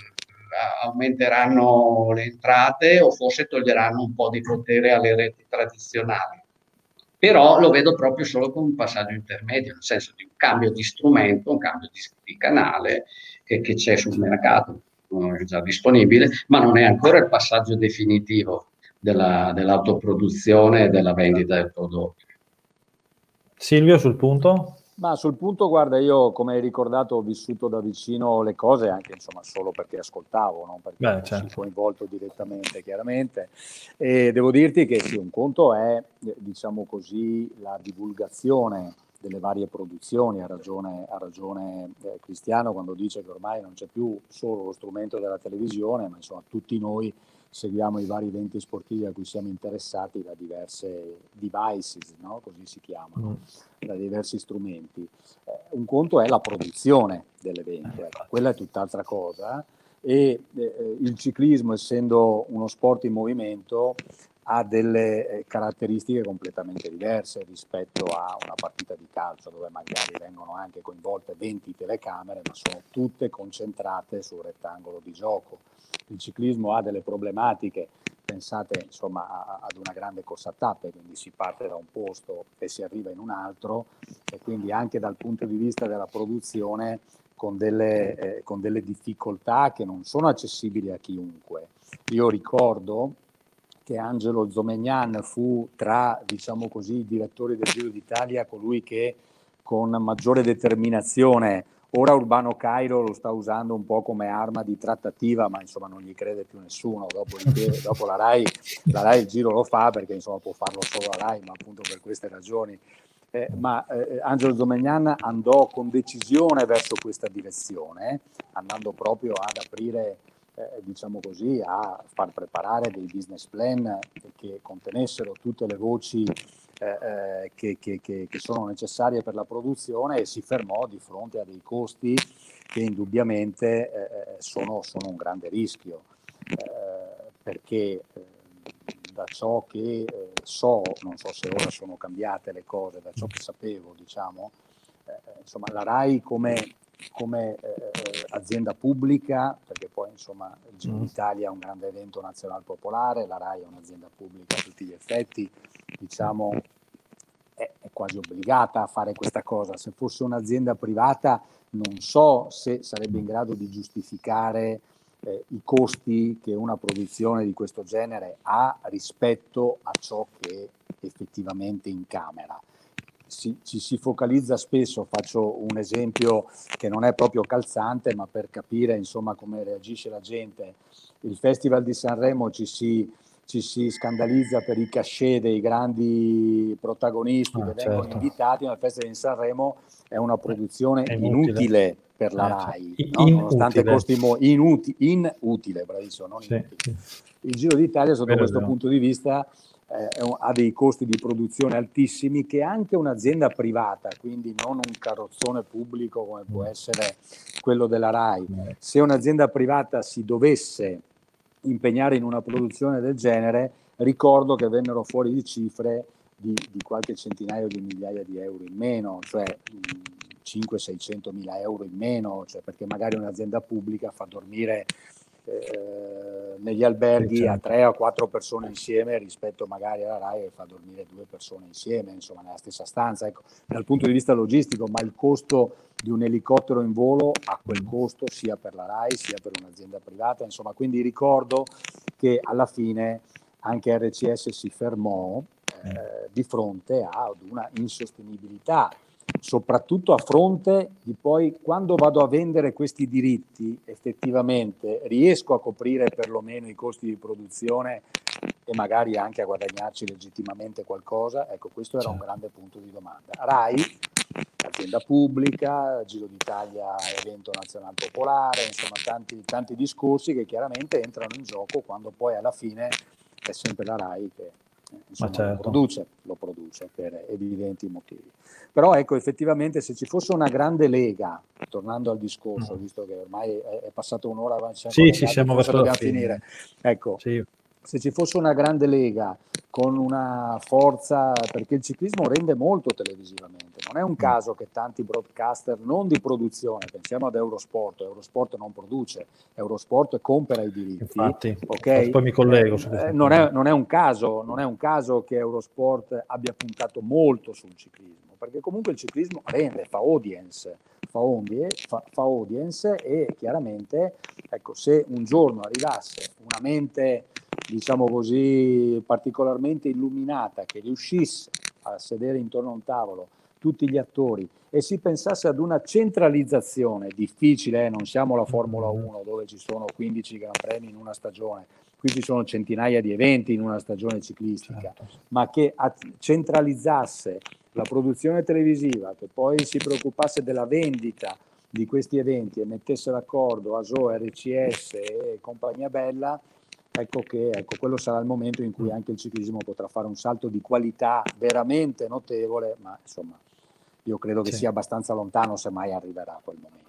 aumenteranno le entrate o forse toglieranno un po' di potere alle reti tradizionali. Però lo vedo proprio solo come un passaggio intermedio, nel senso di un cambio di strumento, un cambio di canale che c'è sul mercato, è già disponibile, ma non è ancora il passaggio definitivo dell'autoproduzione e della vendita del prodotto. Silvio, sul punto? Ma sul punto, guarda, io come hai ricordato ho vissuto da vicino le cose, anche insomma solo perché ascoltavo, non perché fossi coinvolto direttamente chiaramente, e devo dirti che sì, un conto è, diciamo così, la divulgazione delle varie produzioni. Ha ragione Cristiano quando dice che ormai non c'è più solo lo strumento della televisione, ma insomma tutti noi seguiamo i vari eventi sportivi a cui siamo interessati da diverse devices, no? Così si chiamano, da diversi strumenti. Un conto è la produzione dell'evento, ecco, quella è tutt'altra cosa, e il ciclismo, essendo uno sport in movimento, ha delle caratteristiche completamente diverse rispetto a una partita di calcio, dove magari vengono anche coinvolte 20 telecamere, ma sono tutte concentrate sul rettangolo di gioco. Il ciclismo ha delle problematiche, pensate insomma ad una grande corsa a tappe, quindi si parte da un posto e si arriva in un altro, e quindi anche dal punto di vista della produzione con delle difficoltà che non sono accessibili a chiunque. Io ricordo che Angelo Zomegnan fu tra, diciamo così, i direttori del Giro d'Italia colui che con maggiore determinazione. Ora Urbano Cairo lo sta usando un po' come arma di trattativa, ma insomma non gli crede più nessuno. Dopo la Rai il giro lo fa, perché insomma può farlo solo la Rai, ma appunto per queste ragioni. Ma Angelo Domegnan andò con decisione verso questa direzione, andando proprio ad aprire, diciamo così, a far preparare dei business plan che contenessero tutte le voci che sono necessarie per la produzione, e si fermò di fronte a dei costi che indubbiamente sono un grande rischio, perché da ciò che non so se ora sono cambiate le cose, da ciò che sapevo, diciamo, insomma la Rai come azienda pubblica, perché poi insomma il Giro d'Italia è un grande evento nazionale popolare, la Rai è un'azienda pubblica a tutti gli effetti, diciamo è quasi obbligata a fare questa cosa. Se fosse un'azienda privata non so se sarebbe in grado di giustificare i costi che una produzione di questo genere ha rispetto a ciò che effettivamente incamera. Ci si focalizza spesso, faccio un esempio che non è proprio calzante, ma per capire insomma come reagisce la gente. Il Festival di Sanremo ci si scandalizza per i cachet dei grandi protagonisti che vengono invitati, ma il Festival di Sanremo è una produzione inutile per la Rai, no? Nonostante costi inutile, bravissimo, non inutile. Il Giro d'Italia sotto questo punto di vista ha dei costi di produzione altissimi che anche un'azienda privata, quindi non un carrozzone pubblico come può essere quello della Rai, se un'azienda privata si dovesse impegnare in una produzione del genere, ricordo che vennero fuori di cifre di qualche centinaio di migliaia di euro in meno, cioè 500-600 mila euro in meno, cioè perché magari un'azienda pubblica fa dormire negli alberghi a 3 o 4 persone insieme, rispetto magari alla Rai che fa dormire 2 persone insieme, insomma nella stessa stanza. Ecco, dal punto di vista logistico, ma il costo di un elicottero in volo ha quel costo sia per la Rai sia per un'azienda privata, insomma, quindi ricordo che alla fine anche RCS si fermò di fronte ad una insostenibilità, soprattutto a fronte di poi quando vado a vendere questi diritti effettivamente riesco a coprire perlomeno i costi di produzione e magari anche a guadagnarci legittimamente qualcosa. Ecco, questo era un grande punto di domanda. Rai, azienda pubblica, Giro d'Italia, evento nazionale popolare, insomma tanti discorsi che chiaramente entrano in gioco quando poi alla fine è sempre la Rai che insomma, lo produce per evidenti motivi. Però ecco, effettivamente se ci fosse una grande lega, tornando al discorso, visto che ormai è passato un'ora, siamo verso la fine. Finire. Ecco, se ci fosse una grande lega con una forza, perché il ciclismo rende molto televisivamente, non è un caso che tanti broadcaster non di produzione, pensiamo ad Eurosport non produce, Eurosport compra i diritti. Infatti, poi mi collego su questo. Non è un caso che Eurosport abbia puntato molto sul ciclismo, perché comunque il ciclismo rende, fa audience e chiaramente ecco, se un giorno arrivasse una mente, diciamo così, particolarmente illuminata che riuscisse a sedere intorno a un tavolo tutti gli attori e si pensasse ad una centralizzazione, difficile, non siamo la Formula 1 dove ci sono 15 Gran Premi in una stagione, qui ci sono centinaia di eventi in una stagione ciclistica, ma che centralizzasse la produzione televisiva, che poi si preoccupasse della vendita di questi eventi e mettesse d'accordo ASO, RCS e compagnia bella, ecco quello sarà il momento in cui anche il ciclismo potrà fare un salto di qualità veramente notevole, ma insomma io credo che sia abbastanza lontano se mai arriverà a quel momento.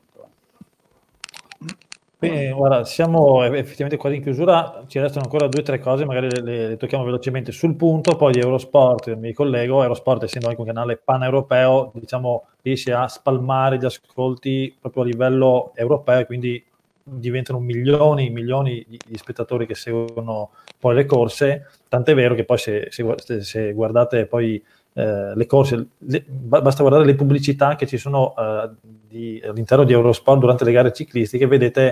Guarda, siamo effettivamente quasi in chiusura, ci restano ancora 2 o 3 cose, magari le tocchiamo velocemente sul punto, poi di Eurosport mi collego. Eurosport, essendo anche un canale paneuropeo, diciamo, riesce a spalmare gli ascolti proprio a livello europeo, quindi diventano milioni di spettatori che seguono poi le corse, tant'è vero che poi se guardate poi le corse, basta guardare le pubblicità che ci sono all'interno di Eurosport durante le gare ciclistiche, vedete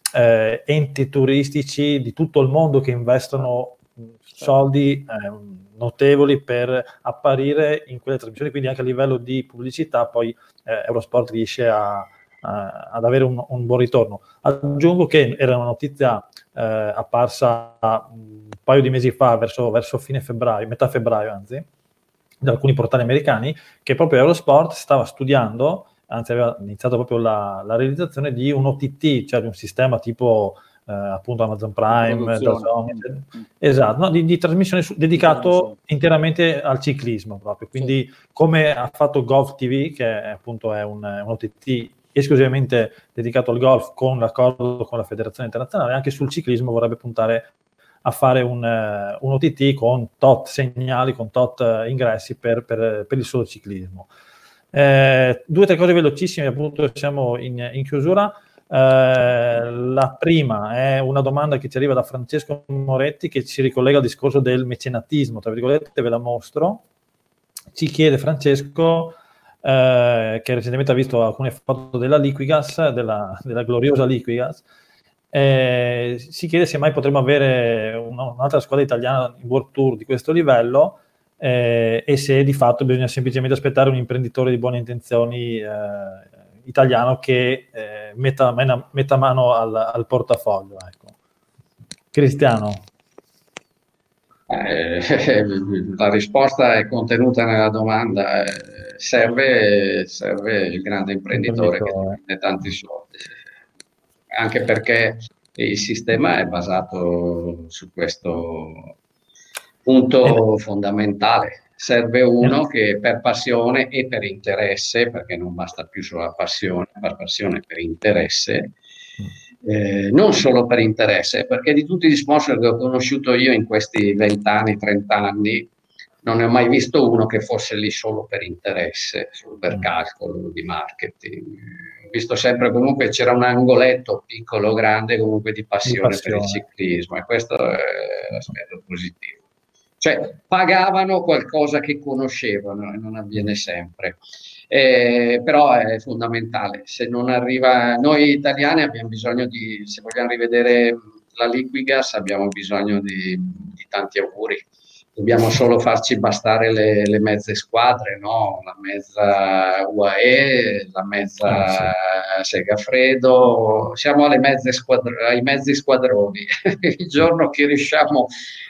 enti turistici di tutto il mondo che investono soldi notevoli per apparire in quelle trasmissioni, quindi anche a livello di pubblicità poi Eurosport riesce ad avere un buon ritorno. Aggiungo che era una notizia apparsa un paio di mesi fa, verso fine febbraio, metà febbraio anzi, da alcuni portali americani, che proprio Eurosport stava studiando, anzi aveva iniziato proprio la realizzazione di un OTT, cioè di un sistema tipo appunto Amazon Prime, esatto, no, di trasmissione dedicato interamente al ciclismo proprio, quindi come ha fatto Golf TV, che appunto è un OTT esclusivamente dedicato al golf con l'accordo con la Federazione Internazionale, anche sul ciclismo vorrebbe puntare a fare un OTT con tot segnali, con tot ingressi per il solo ciclismo. 2 o 3 cose velocissime, appunto siamo in chiusura. La prima è una domanda che ci arriva da Francesco Moretti, che ci ricollega al discorso del mecenatismo, tra virgolette, ve la mostro. Ci chiede Francesco, che recentemente ha visto alcune foto della Liquigas, della gloriosa Liquigas, si chiede se mai potremo avere un'altra squadra italiana in World Tour di questo livello, e se di fatto bisogna semplicemente aspettare un imprenditore di buone intenzioni italiano che metta mano al portafoglio. Ecco. Cristiano. La risposta è contenuta nella domanda. Serve il grande imprenditore che mette tanti soldi, anche perché il sistema è basato su questo punto fondamentale. Serve uno che per passione e per interesse, perché non basta più solo la passione, per passione e per interesse, non solo per interesse, perché di tutti gli sponsor che ho conosciuto io in questi 20 anni, 30 anni, non ne ho mai visto uno che fosse lì solo per interesse, solo per calcolo di marketing. Ho visto sempre comunque c'era un angoletto piccolo o grande comunque di passione per il ciclismo, e questo è l'aspetto positivo. Cioè pagavano qualcosa che conoscevano, e non avviene sempre. Però è fondamentale. Se non arriva, noi italiani abbiamo bisogno se vogliamo rivedere la Liquigas, abbiamo bisogno di tanti auguri. Dobbiamo solo farci bastare le mezze squadre, no? La mezza UAE, la mezza Segafredo, siamo ai mezzi squadroni. Il giorno che riusciamo,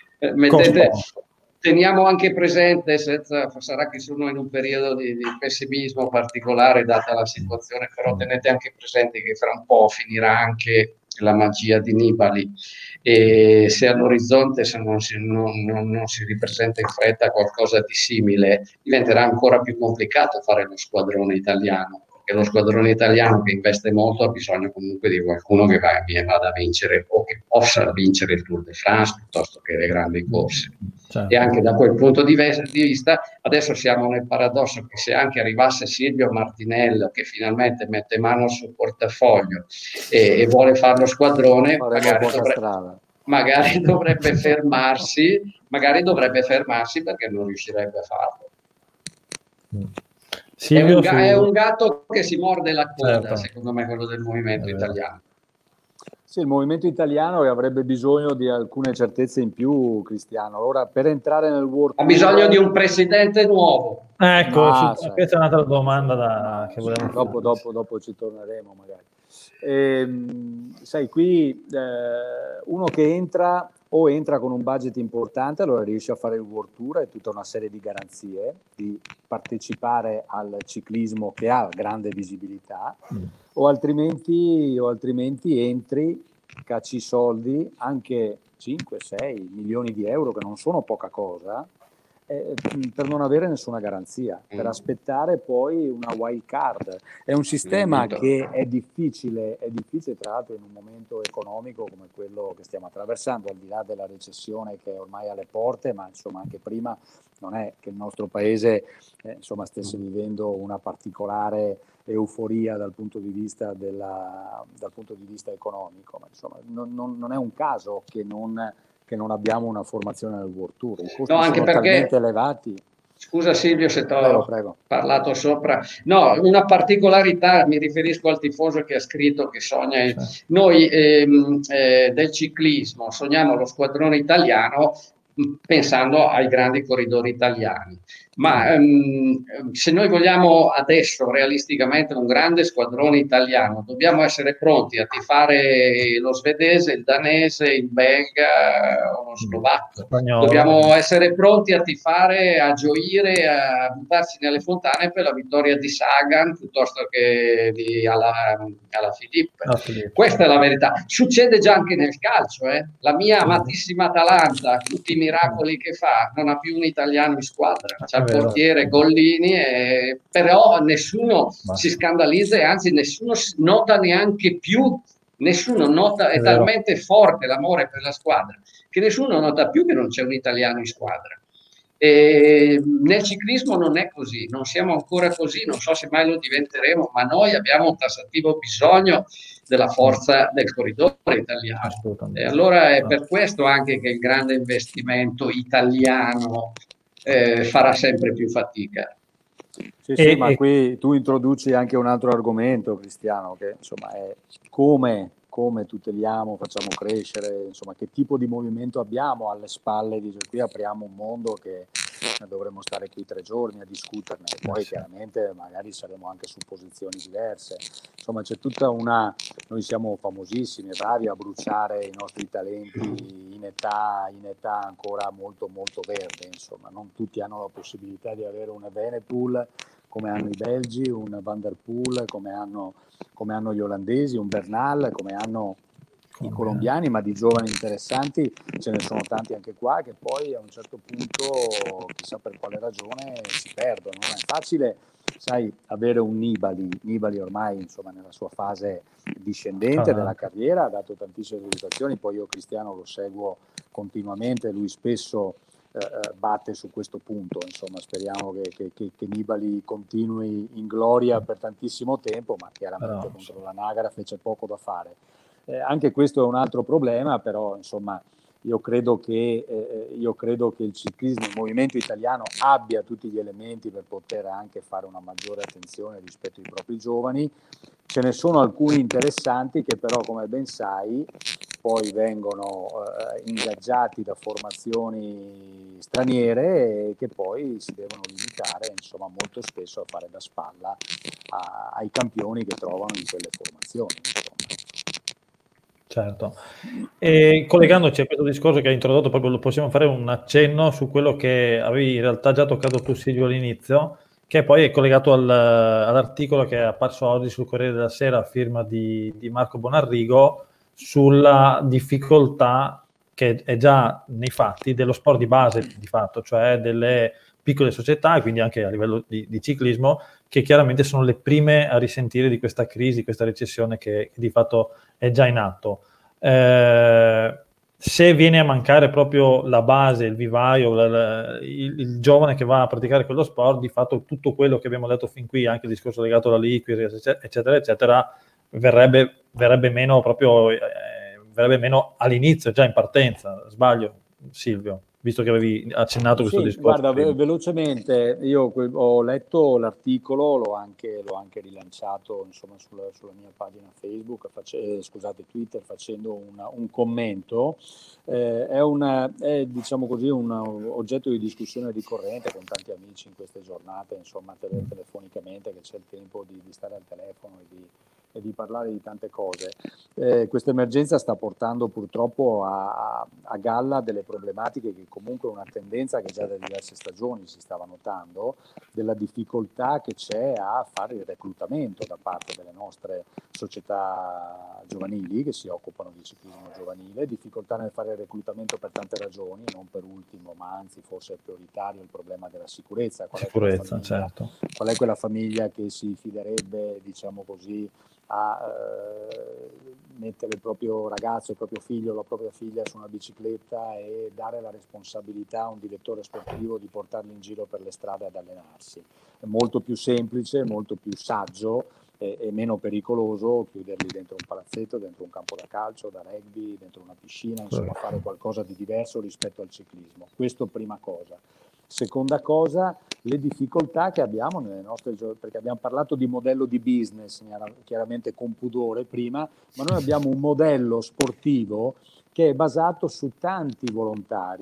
teniamo anche presente, sarà che sono in un periodo di pessimismo particolare data la situazione, però tenete anche presente che fra un po' finirà anche la magia di Nibali, e se all'orizzonte non si ripresenta in fretta qualcosa di simile, diventerà ancora più complicato fare lo squadrone italiano, perché lo squadrone italiano che investe molto ha bisogno comunque di qualcuno che vada a vincere o che possa vincere il Tour de France piuttosto che le grandi corse. Certo. E anche da quel punto di vista adesso siamo nel paradosso che se anche arrivasse Silvio Martinello, che finalmente mette mano sul portafoglio e vuole fare lo squadrone, magari dovrebbe fermarsi perché non riuscirebbe a farlo. Silvio, è un gatto che si morde la coda, certo. Secondo me, quello del movimento italiano. Sì, il movimento italiano avrebbe bisogno di alcune certezze in più, Cristiano. Ora, per entrare nel World Tour... Ha bisogno di un presidente nuovo. Ecco, questa è un'altra domanda che volevamo fare. Dopo ci torneremo magari. Sai, qui uno che entra con un budget importante, allora riesce a fare il World Tour e tutta una serie di garanzie di partecipare al ciclismo che ha grande visibilità, o altrimenti entri, cacci soldi, anche 5-6 milioni di euro, che non sono poca cosa, per non avere nessuna garanzia, per aspettare poi una wild card. È un sistema che è difficile tra l'altro in un momento economico come quello che stiamo attraversando, al di là della recessione che è ormai alle porte, ma insomma anche prima non è che il nostro paese stesse vivendo una particolare euforia dal punto di vista economico, ma insomma non è un caso che non abbiamo una formazione nel World Tour. I costi sono talmente elevati. Scusa Silvio se ti ho parlato sopra. No, una particolarità, mi riferisco al tifoso che ha scritto che sogna. Noi del ciclismo sogniamo lo squadrone italiano pensando ai grandi corridori italiani. Ma se noi vogliamo adesso realisticamente un grande squadrone italiano, dobbiamo essere pronti a tifare lo svedese, il danese, il belga o lo slovacco. Spagnolo. Dobbiamo essere pronti a tifare, a gioire, a buttarci nelle fontane per la vittoria di Sagan piuttosto che alla Filippo. Questa è la verità. Succede già anche nel calcio. La mia amatissima Atalanta, tutti i miracoli che fa, non ha più un italiano in squadra. C'ha il portiere Gollini, però nessuno si scandalizza e anzi nessuno nota neanche più. Nessuno nota, è talmente forte l'amore per la squadra che nessuno nota più che non c'è un italiano in squadra. E nel ciclismo non è così, non siamo ancora così, non so se mai lo diventeremo, ma noi abbiamo un tassativo bisogno della forza del corridore italiano. E allora è per questo anche che il grande investimento italiano farà sempre più fatica. Sì, ma qui tu introduci anche un altro argomento, Cristiano, che insomma è come tuteliamo, facciamo crescere, insomma che tipo di movimento abbiamo alle spalle, dice qui apriamo un mondo che dovremmo stare qui 3 giorni a discuterne, e poi chiaramente magari saremo anche su posizioni diverse, insomma c'è tutta noi siamo famosissimi, bravi a bruciare i nostri talenti in età ancora molto molto verde, insomma non tutti hanno la possibilità di avere un Evenepoel come hanno i belgi, un Van der Poel, come hanno gli olandesi, un Bernal, come hanno i colombiani, ma di giovani interessanti ce ne sono tanti anche qua che poi a un certo punto, chissà per quale ragione, si perdono. Non è facile, sai, avere un Nibali ormai insomma nella sua fase discendente della carriera ha dato tantissime soddisfazioni, poi io Cristiano lo seguo continuamente, lui spesso batte su questo punto, insomma speriamo che Nibali continui in gloria per tantissimo tempo, ma chiaramente contro la Nagraf c'è poco da fare. Anche questo è un altro problema, però insomma io credo che il ciclismo, il movimento italiano abbia tutti gli elementi per poter anche fare una maggiore attenzione rispetto ai propri giovani. Ce ne sono alcuni interessanti che però, come ben sai, poi vengono ingaggiati da formazioni straniere e che poi si devono limitare, insomma, molto spesso a fare da spalla ai campioni che trovano in quelle formazioni. Insomma. Certo. E collegandoci a questo discorso che hai introdotto, proprio possiamo fare un accenno su quello che avevi in realtà già toccato tu, Silvio, all'inizio, che poi è collegato all'articolo che è apparso oggi sul Corriere della Sera a firma di Marco Bonarrigo sulla difficoltà che è già nei fatti dello sport di base, di fatto, cioè delle piccole società e quindi anche a livello di ciclismo, che chiaramente sono le prime a risentire di questa crisi, questa recessione che di fatto è già in atto. Se viene a mancare proprio la base, il vivaio, il giovane che va a praticare quello sport, di fatto tutto quello che abbiamo detto fin qui, anche il discorso legato alla liquidez, eccetera, eccetera, verrebbe meno proprio, verrebbe meno all'inizio, già in partenza. Sbaglio, Silvio? Visto che avevi accennato questo discorso. Guarda, velocemente, io ho letto l'articolo, l'ho anche rilanciato insomma, sulla mia pagina Facebook, Twitter, facendo un commento. È diciamo così un oggetto di discussione ricorrente con tanti amici in queste giornate, insomma, telefonicamente, che c'è il tempo di stare al telefono e di parlare di tante cose. Questa emergenza sta portando purtroppo a galla delle problematiche che comunque è una tendenza che già da diverse stagioni si stava notando, della difficoltà che c'è a fare il reclutamento da parte delle nostre società giovanili che si occupano di ciclismo giovanile, difficoltà nel fare il reclutamento per tante ragioni, non per ultimo, ma anzi forse è prioritario il problema della sicurezza. Qual è quella famiglia che si fiderebbe, diciamo così, a mettere il proprio ragazzo, il proprio figlio, la propria figlia su una bicicletta e dare la responsabilità a un direttore sportivo di portarli in giro per le strade ad allenarsi? È molto più semplice, molto più saggio e meno pericoloso chiuderli dentro un palazzetto, dentro un campo da calcio, da rugby, dentro una piscina, insomma fare qualcosa di diverso rispetto al ciclismo. Questo prima cosa. Seconda cosa, le difficoltà che abbiamo nelle nostre perché abbiamo parlato di modello di business, chiaramente con pudore prima, ma noi abbiamo un modello sportivo che è basato su tanti volontari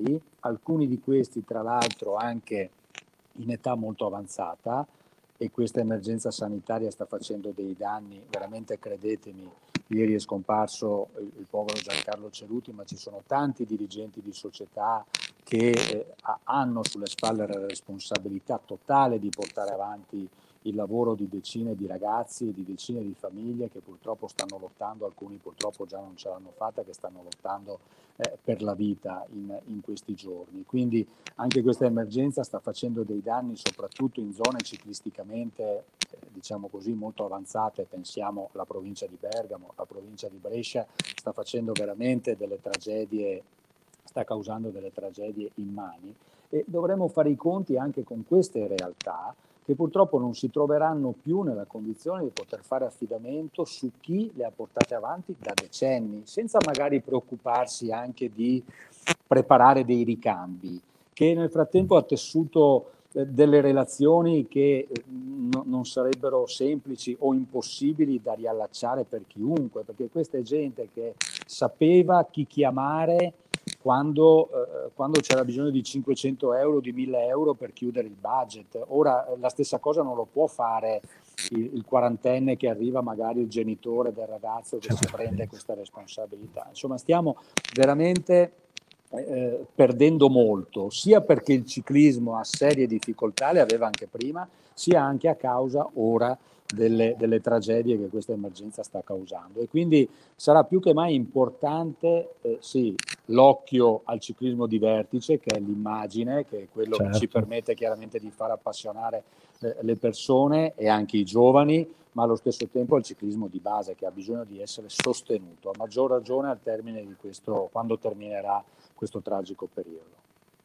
alcuni di questi tra l'altro anche in età molto avanzata, e questa emergenza sanitaria sta facendo dei danni, veramente credetemi. Ieri è scomparso il povero Giancarlo Ceruti, ma ci sono tanti dirigenti di società che hanno sulle spalle la responsabilità totale di portare avanti il lavoro di decine di ragazzi, di decine di famiglie che purtroppo stanno lottando, alcuni purtroppo già non ce l'hanno fatta, che stanno lottando per la vita in questi giorni. Quindi anche questa emergenza sta facendo dei danni soprattutto in zone ciclisticamente, diciamo così, molto avanzate. Pensiamo alla provincia di Bergamo, la provincia di Brescia sta facendo veramente delle tragedie, sta causando delle tragedie immani, e dovremo fare i conti anche con queste realtà che purtroppo non si troveranno più nella condizione di poter fare affidamento su chi le ha portate avanti da decenni, senza magari preoccuparsi anche di preparare dei ricambi, che nel frattempo ha tessuto delle relazioni che non sarebbero semplici o impossibili da riallacciare per chiunque, perché questa è gente che sapeva chi chiamare quando c'era bisogno di 500 euro, di 1000 euro per chiudere il budget. Ora la stessa cosa non lo può fare il quarantenne che arriva, magari il genitore del ragazzo che si prende questa responsabilità. Insomma, stiamo veramente perdendo molto, sia perché il ciclismo ha serie difficoltà, le aveva anche prima, sia anche a causa ora delle tragedie che questa emergenza sta causando. E quindi sarà più che mai importante sì, l'occhio al ciclismo di vertice, che è l'immagine, che è quello che ci permette chiaramente di far appassionare le persone e anche i giovani, ma allo stesso tempo al ciclismo di base, che ha bisogno di essere sostenuto, a maggior ragione al termine di questo, quando terminerà questo tragico periodo.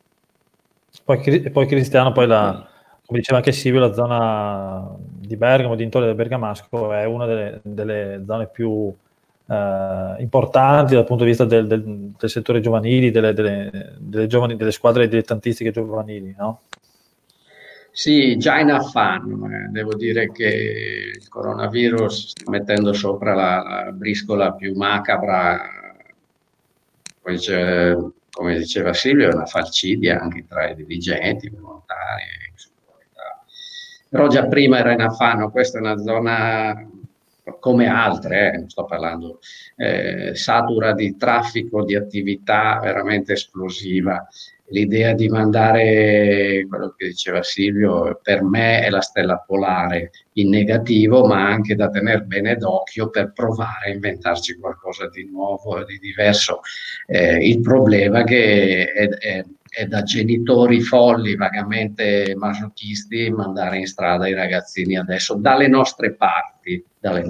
Poi Cristiano, come diceva anche Silvio, la zona di Bergamo, dintorni del Bergamasco, è una delle zone più importanti dal punto di vista del settore giovanili, delle squadre dilettantistiche giovanili, no? Sì, già in affanno. Devo dire che il coronavirus sta mettendo sopra la briscola più macabra. Poi c'è, come diceva Silvio, una falcidia anche tra i dirigenti, volontari. Però già prima era in affanno. Questa è una zona come altre, non sto parlando, satura di traffico, di attività veramente esplosiva. L'idea di mandare, quello che diceva Silvio, per me è la stella polare in negativo, ma anche da tenere bene d'occhio per provare a inventarci qualcosa di nuovo, di diverso. Il problema è che è da genitori folli, vagamente masochisti, mandare in strada i ragazzini adesso, dalle nostre parti.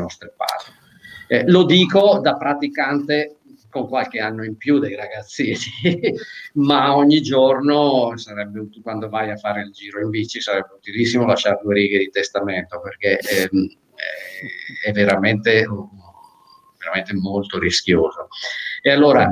Lo dico da praticante con qualche anno in più dei ragazzini, ma ogni giorno sarebbe, quando vai a fare il giro in bici, sarebbe utilissimo lasciare 2 righe di testamento, perché è veramente molto rischioso. E allora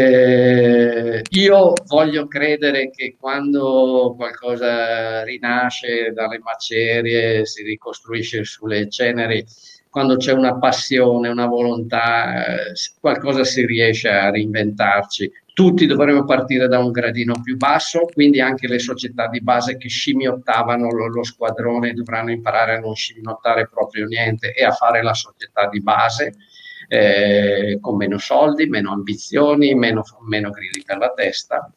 io voglio credere che quando qualcosa rinasce dalle macerie, si ricostruisce sulle ceneri, quando c'è una passione, una volontà, qualcosa si riesce a reinventarci. Tutti dovremmo partire da un gradino più basso, quindi anche le società di base che scimmiottavano lo squadrone dovranno imparare a non scimmiottare proprio niente e a fare la società di base, con meno soldi, meno ambizioni, meno grilli per la testa.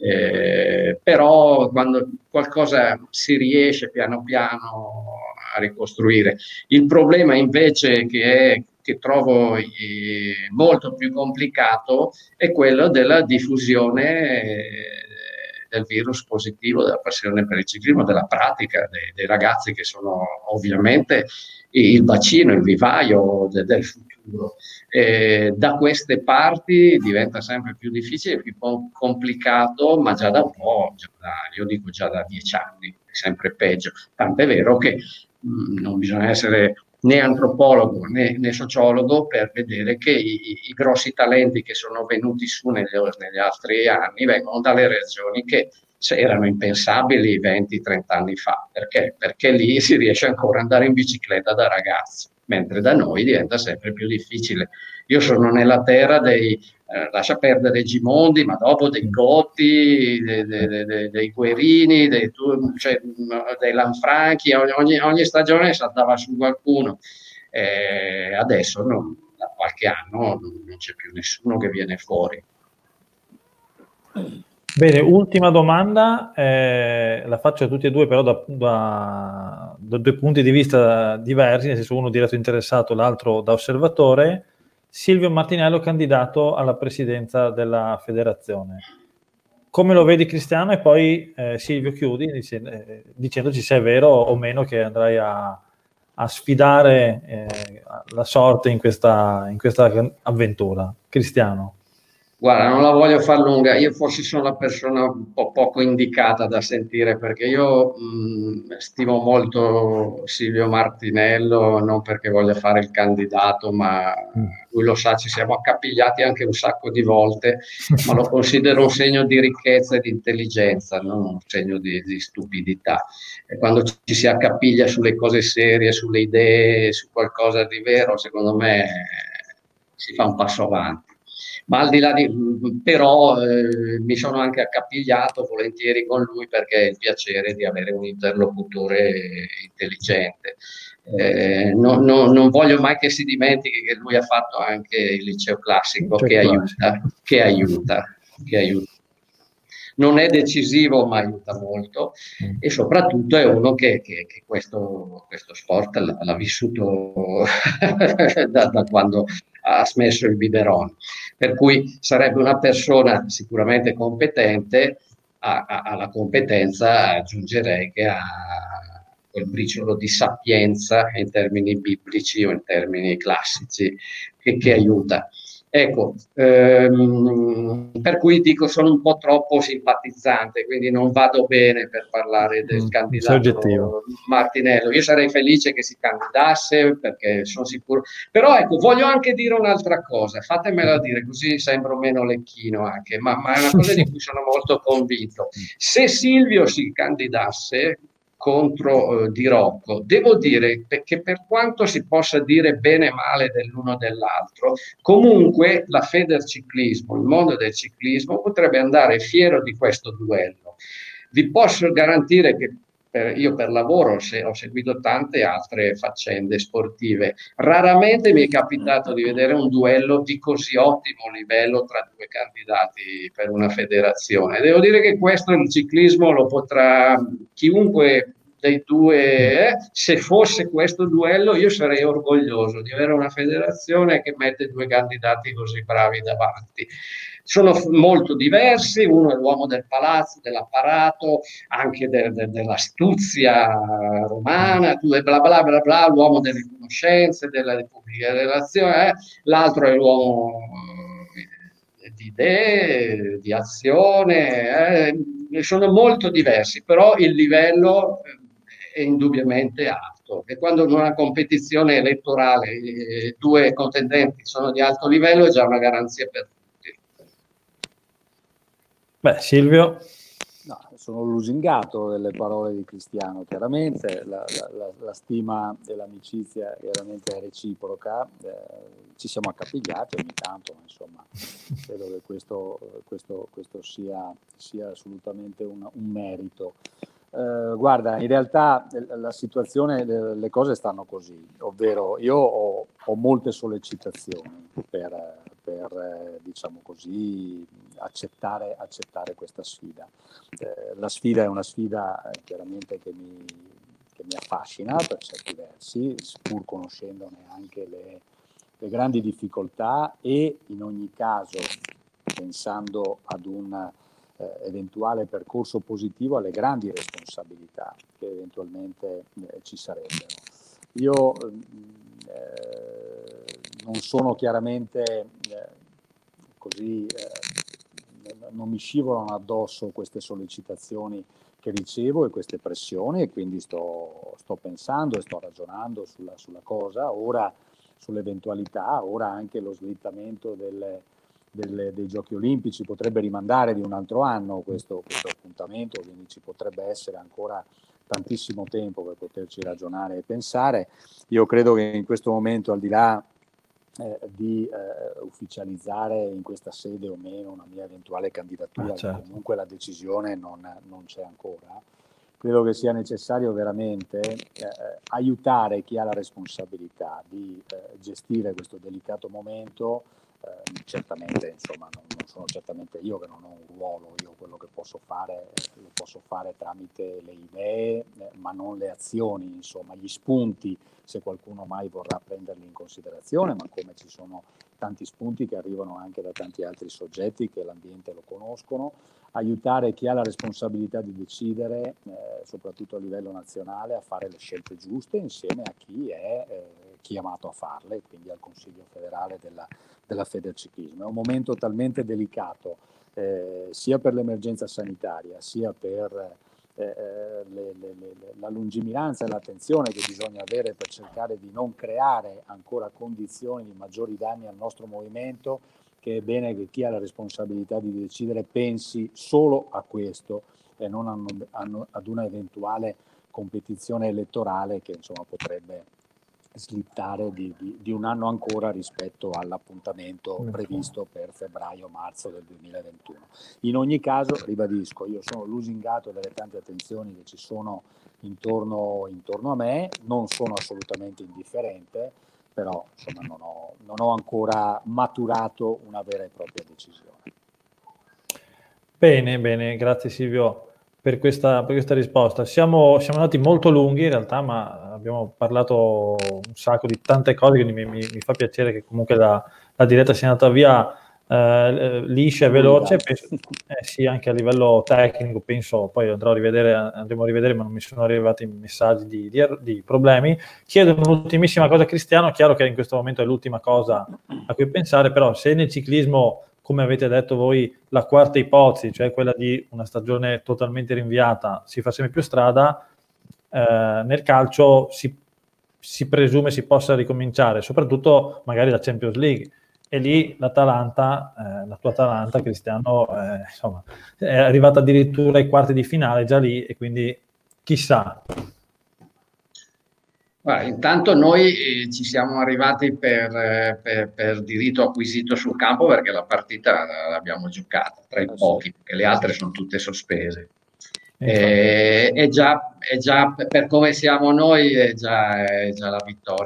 Però quando qualcosa si riesce piano piano a ricostruire. Il problema invece che trovo molto più complicato è quello della diffusione del virus positivo, della passione per il ciclismo, della pratica dei ragazzi che sono ovviamente il bacino, il vivaio del futuro. Da queste parti diventa sempre più difficile, più complicato, ma già da un po', io dico già da 10 anni, è sempre peggio. Tant'è vero che non bisogna essere né antropologo né sociologo per vedere che i grossi talenti che sono venuti su negli altri anni vengono dalle regioni che erano impensabili 20-30 anni fa. Perché? Perché lì si riesce ancora ad andare in bicicletta da ragazzi, mentre da noi diventa sempre più difficile. Io sono nella terra dei lascia perdere Gimondi, ma dopo dei Gotti, dei Guerini, cioè, dei Lanfranchi, ogni stagione saltava su qualcuno. Adesso da qualche anno non c'è più nessuno che viene fuori. Bene, ultima domanda, la faccio a tutti e due, però da due punti di vista diversi, nel senso uno diretto interessato, l'altro da osservatore. Silvio Martinello candidato alla presidenza della federazione. Come lo vedi, Cristiano? E poi Silvio chiudi dicendoci se è vero o meno che andrai a sfidare la sorte in questa avventura. Cristiano. Guarda, non la voglio far lunga, io forse sono la persona un po' poco indicata da sentire perché io stimo molto Silvio Martinello, non perché voglia fare il candidato, ma lui lo sa, ci siamo accapigliati anche un sacco di volte, ma lo considero un segno di ricchezza e di intelligenza, non un segno di stupidità. E quando ci si accapiglia sulle cose serie, sulle idee, su qualcosa di vero, secondo me si fa un passo avanti. Ma al di là però mi sono anche accapigliato volentieri con lui perché è il piacere di avere un interlocutore intelligente. Non voglio mai che si dimentichi che lui ha fatto anche il liceo classico che aiuta. Non è decisivo, ma aiuta molto e soprattutto è uno che questo sport l'ha vissuto da quando ha smesso il biberon. Per cui sarebbe una persona sicuramente competente, alla competenza aggiungerei che ha quel briciolo di sapienza in termini biblici o in termini classici che aiuta. Ecco, per cui dico sono un po' troppo simpatizzante, quindi non vado bene per parlare del candidato Martinello. Io sarei felice che si candidasse perché sono sicuro. Però ecco, voglio anche dire un'altra cosa, fatemela dire così sembro meno lecchino anche, ma è una cosa di cui sono molto convinto. Se Silvio si candidasse contro Di Rocco, devo dire che per quanto si possa dire bene e male dell'uno dell'altro, comunque la Federciclismo, il mondo del ciclismo potrebbe andare fiero di questo duello. Vi posso garantire che io per lavoro ho seguito tante altre faccende sportive. Raramente mi è capitato di vedere un duello di così ottimo livello tra due candidati per una federazione. Devo dire che questo il ciclismo lo potrà chiunque dei due, se fosse questo duello io sarei orgoglioso di avere una federazione che mette due candidati così bravi davanti. Sono molto diversi, uno è l'uomo del palazzo, dell'apparato, anche dell'astuzia romana, bla bla bla bla, l'uomo delle conoscenze, della pubblica relazione, l'altro è l'uomo di idee, di azione, sono molto diversi, però il livello è indubbiamente alto e quando in una competizione elettorale due contendenti sono di alto livello è già una garanzia per tutti. Beh, Silvio? No, sono lusingato delle parole di Cristiano, chiaramente la stima e l'amicizia chiaramente è reciproca, ci siamo accapigliati ogni tanto, ma insomma credo che questo sia assolutamente un merito. Guarda, in realtà la situazione, le cose stanno così, ovvero io ho molte sollecitazioni per diciamo così, accettare questa sfida. La sfida è una sfida chiaramente che mi affascina per certi versi, pur conoscendone anche le grandi difficoltà e in ogni caso pensando ad un eventuale percorso positivo alle grandi responsabilità che eventualmente ci sarebbero. Io non sono chiaramente così, non mi scivolano addosso queste sollecitazioni che ricevo e queste pressioni e quindi sto pensando e sto ragionando sulla cosa, ora sull'eventualità, ora anche lo slittamento dei Giochi Olimpici potrebbe rimandare di un altro anno questo appuntamento, quindi ci potrebbe essere ancora tantissimo tempo per poterci ragionare e pensare. Io credo che in questo momento, al di là di ufficializzare in questa sede o meno una mia eventuale candidatura, certo. comunque la decisione non c'è ancora. Credo che sia necessario veramente aiutare chi ha la responsabilità di gestire questo delicato momento. Certamente, insomma, non sono certamente io che non ho un ruolo, io quello che posso fare lo posso fare tramite le idee, ma non le azioni, insomma, gli spunti, se qualcuno mai vorrà prenderli in considerazione, ma come ci sono tanti spunti che arrivano anche da tanti altri soggetti che l'ambiente lo conoscono, aiutare chi ha la responsabilità di decidere, soprattutto a livello nazionale, a fare le scelte giuste insieme a chi è chiamato a farle, quindi al Consiglio federale della Federciclismo. È un momento talmente delicato, sia per l'emergenza sanitaria, sia per la lungimiranza e l'attenzione che bisogna avere per cercare di non creare ancora condizioni di maggiori danni al nostro movimento, che è bene che chi ha la responsabilità di decidere pensi solo a questo e non ad una eventuale competizione elettorale che insomma potrebbe slittare di un anno ancora rispetto all'appuntamento previsto per febbraio-marzo del 2021. In ogni caso, ribadisco, io sono lusingato dalle tante attenzioni che ci sono intorno a me, non sono assolutamente indifferente, però insomma non ho ancora maturato una vera e propria decisione. Bene, grazie Silvio per questa risposta. Siamo andati molto lunghi in realtà, ma abbiamo parlato un sacco di tante cose, quindi mi fa piacere che comunque la diretta sia andata via liscia e veloce. Penso, sì, anche a livello tecnico, penso, poi andremo a rivedere, ma non mi sono arrivati messaggi di problemi. Chiedo un'ultimissima cosa a Cristiano, chiaro che in questo momento è l'ultima cosa a cui pensare, però se nel ciclismo, come avete detto voi, la quarta ipotesi, cioè quella di una stagione totalmente rinviata, si fa sempre più strada, nel calcio si presume si possa ricominciare, soprattutto magari la Champions League. E lì l'Atalanta, la tua Atalanta, Cristiano, insomma, è arrivata addirittura ai quarti di finale già lì, e quindi chissà. Guarda, intanto noi ci siamo arrivati per diritto acquisito sul campo, perché la partita l'abbiamo giocata tra i pochi, perché le altre sono tutte sospese. E già per come siamo noi è già la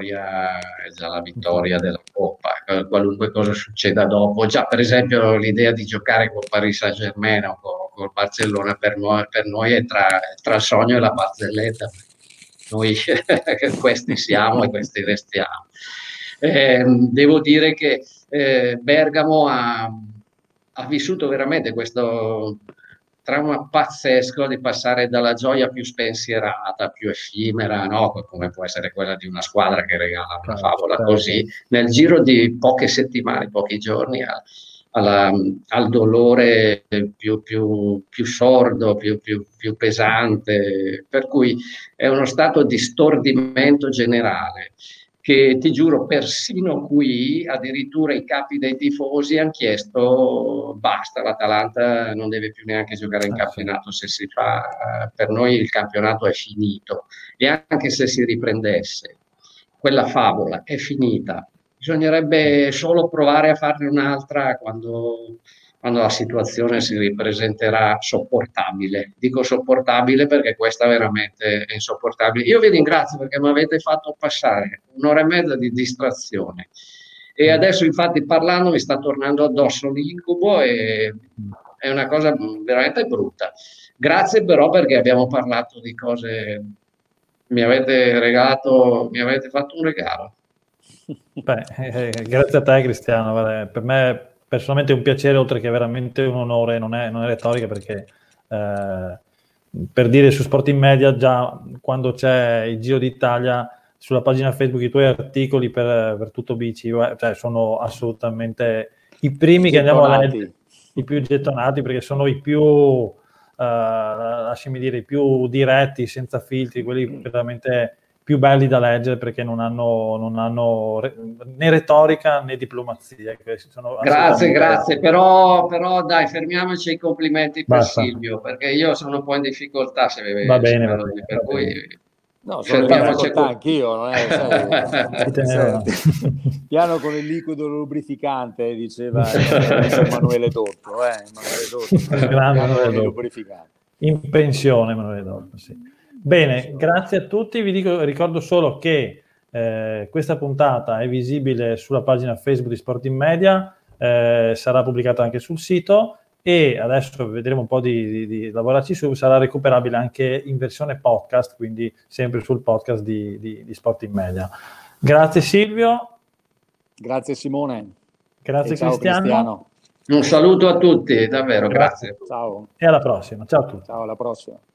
vittoria della Coppa, qualunque cosa succeda dopo. Già per esempio l'idea di giocare con Paris Saint-Germain o con Barcellona per noi è tra il sogno e la barzelletta. Noi questi siamo e questi restiamo. Devo dire che Bergamo ha vissuto veramente questo trauma pazzesco di passare dalla gioia più spensierata, più effimera, no? Come può essere quella di una squadra che regala una favola così, nel giro di poche settimane, pochi giorni, al dolore più sordo, più pesante, per cui è uno stato di stordimento generale che, ti giuro, persino qui addirittura i capi dei tifosi hanno chiesto basta, l'Atalanta non deve più neanche giocare in campionato se si fa, per noi il campionato è finito, e anche se si riprendesse quella favola è finita. Bisognerebbe solo provare a farne un'altra quando la situazione si ripresenterà sopportabile. Dico sopportabile perché questa veramente è insopportabile. Io vi ringrazio perché mi avete fatto passare un'ora e mezza di distrazione. E adesso infatti parlando mi sta tornando addosso l'incubo e è una cosa veramente brutta. Grazie però perché abbiamo parlato di cose, mi avete fatto un regalo. Beh, grazie a te Cristiano, per me personalmente è un piacere oltre che veramente un onore, non è retorica, perché per dire su Sport in Media, già quando c'è il Giro d'Italia sulla pagina Facebook i tuoi articoli per tutto Bici, cioè sono assolutamente i primi che andiamo a leggere, i più gettonati, perché sono i più lasciami dire, i più diretti, senza filtri, quelli veramente più belli da leggere, perché non hanno né retorica né diplomazia. Grazie, però dai, fermiamoci ai complimenti per Silvio, perché io sono un po' in difficoltà se va bene, per cui No, sono in difficoltà anch'io, non è, sai, piano con il liquido lubrificante, diceva Emanuele Dotto, Emanuele lubrificante. In pensione Emanuele Dotto, sì. Bene, grazie a tutti, ricordo solo che questa puntata è visibile sulla pagina Facebook di Sport in Media, sarà pubblicata anche sul sito, e adesso vedremo un po' di lavorarci su, sarà recuperabile anche in versione podcast, quindi sempre sul podcast di Sport in Media. Grazie Silvio. Grazie Simone. Grazie Cristiano. Un saluto a tutti, davvero, grazie. Ciao. E alla prossima. Ciao a tutti. Ciao, alla prossima.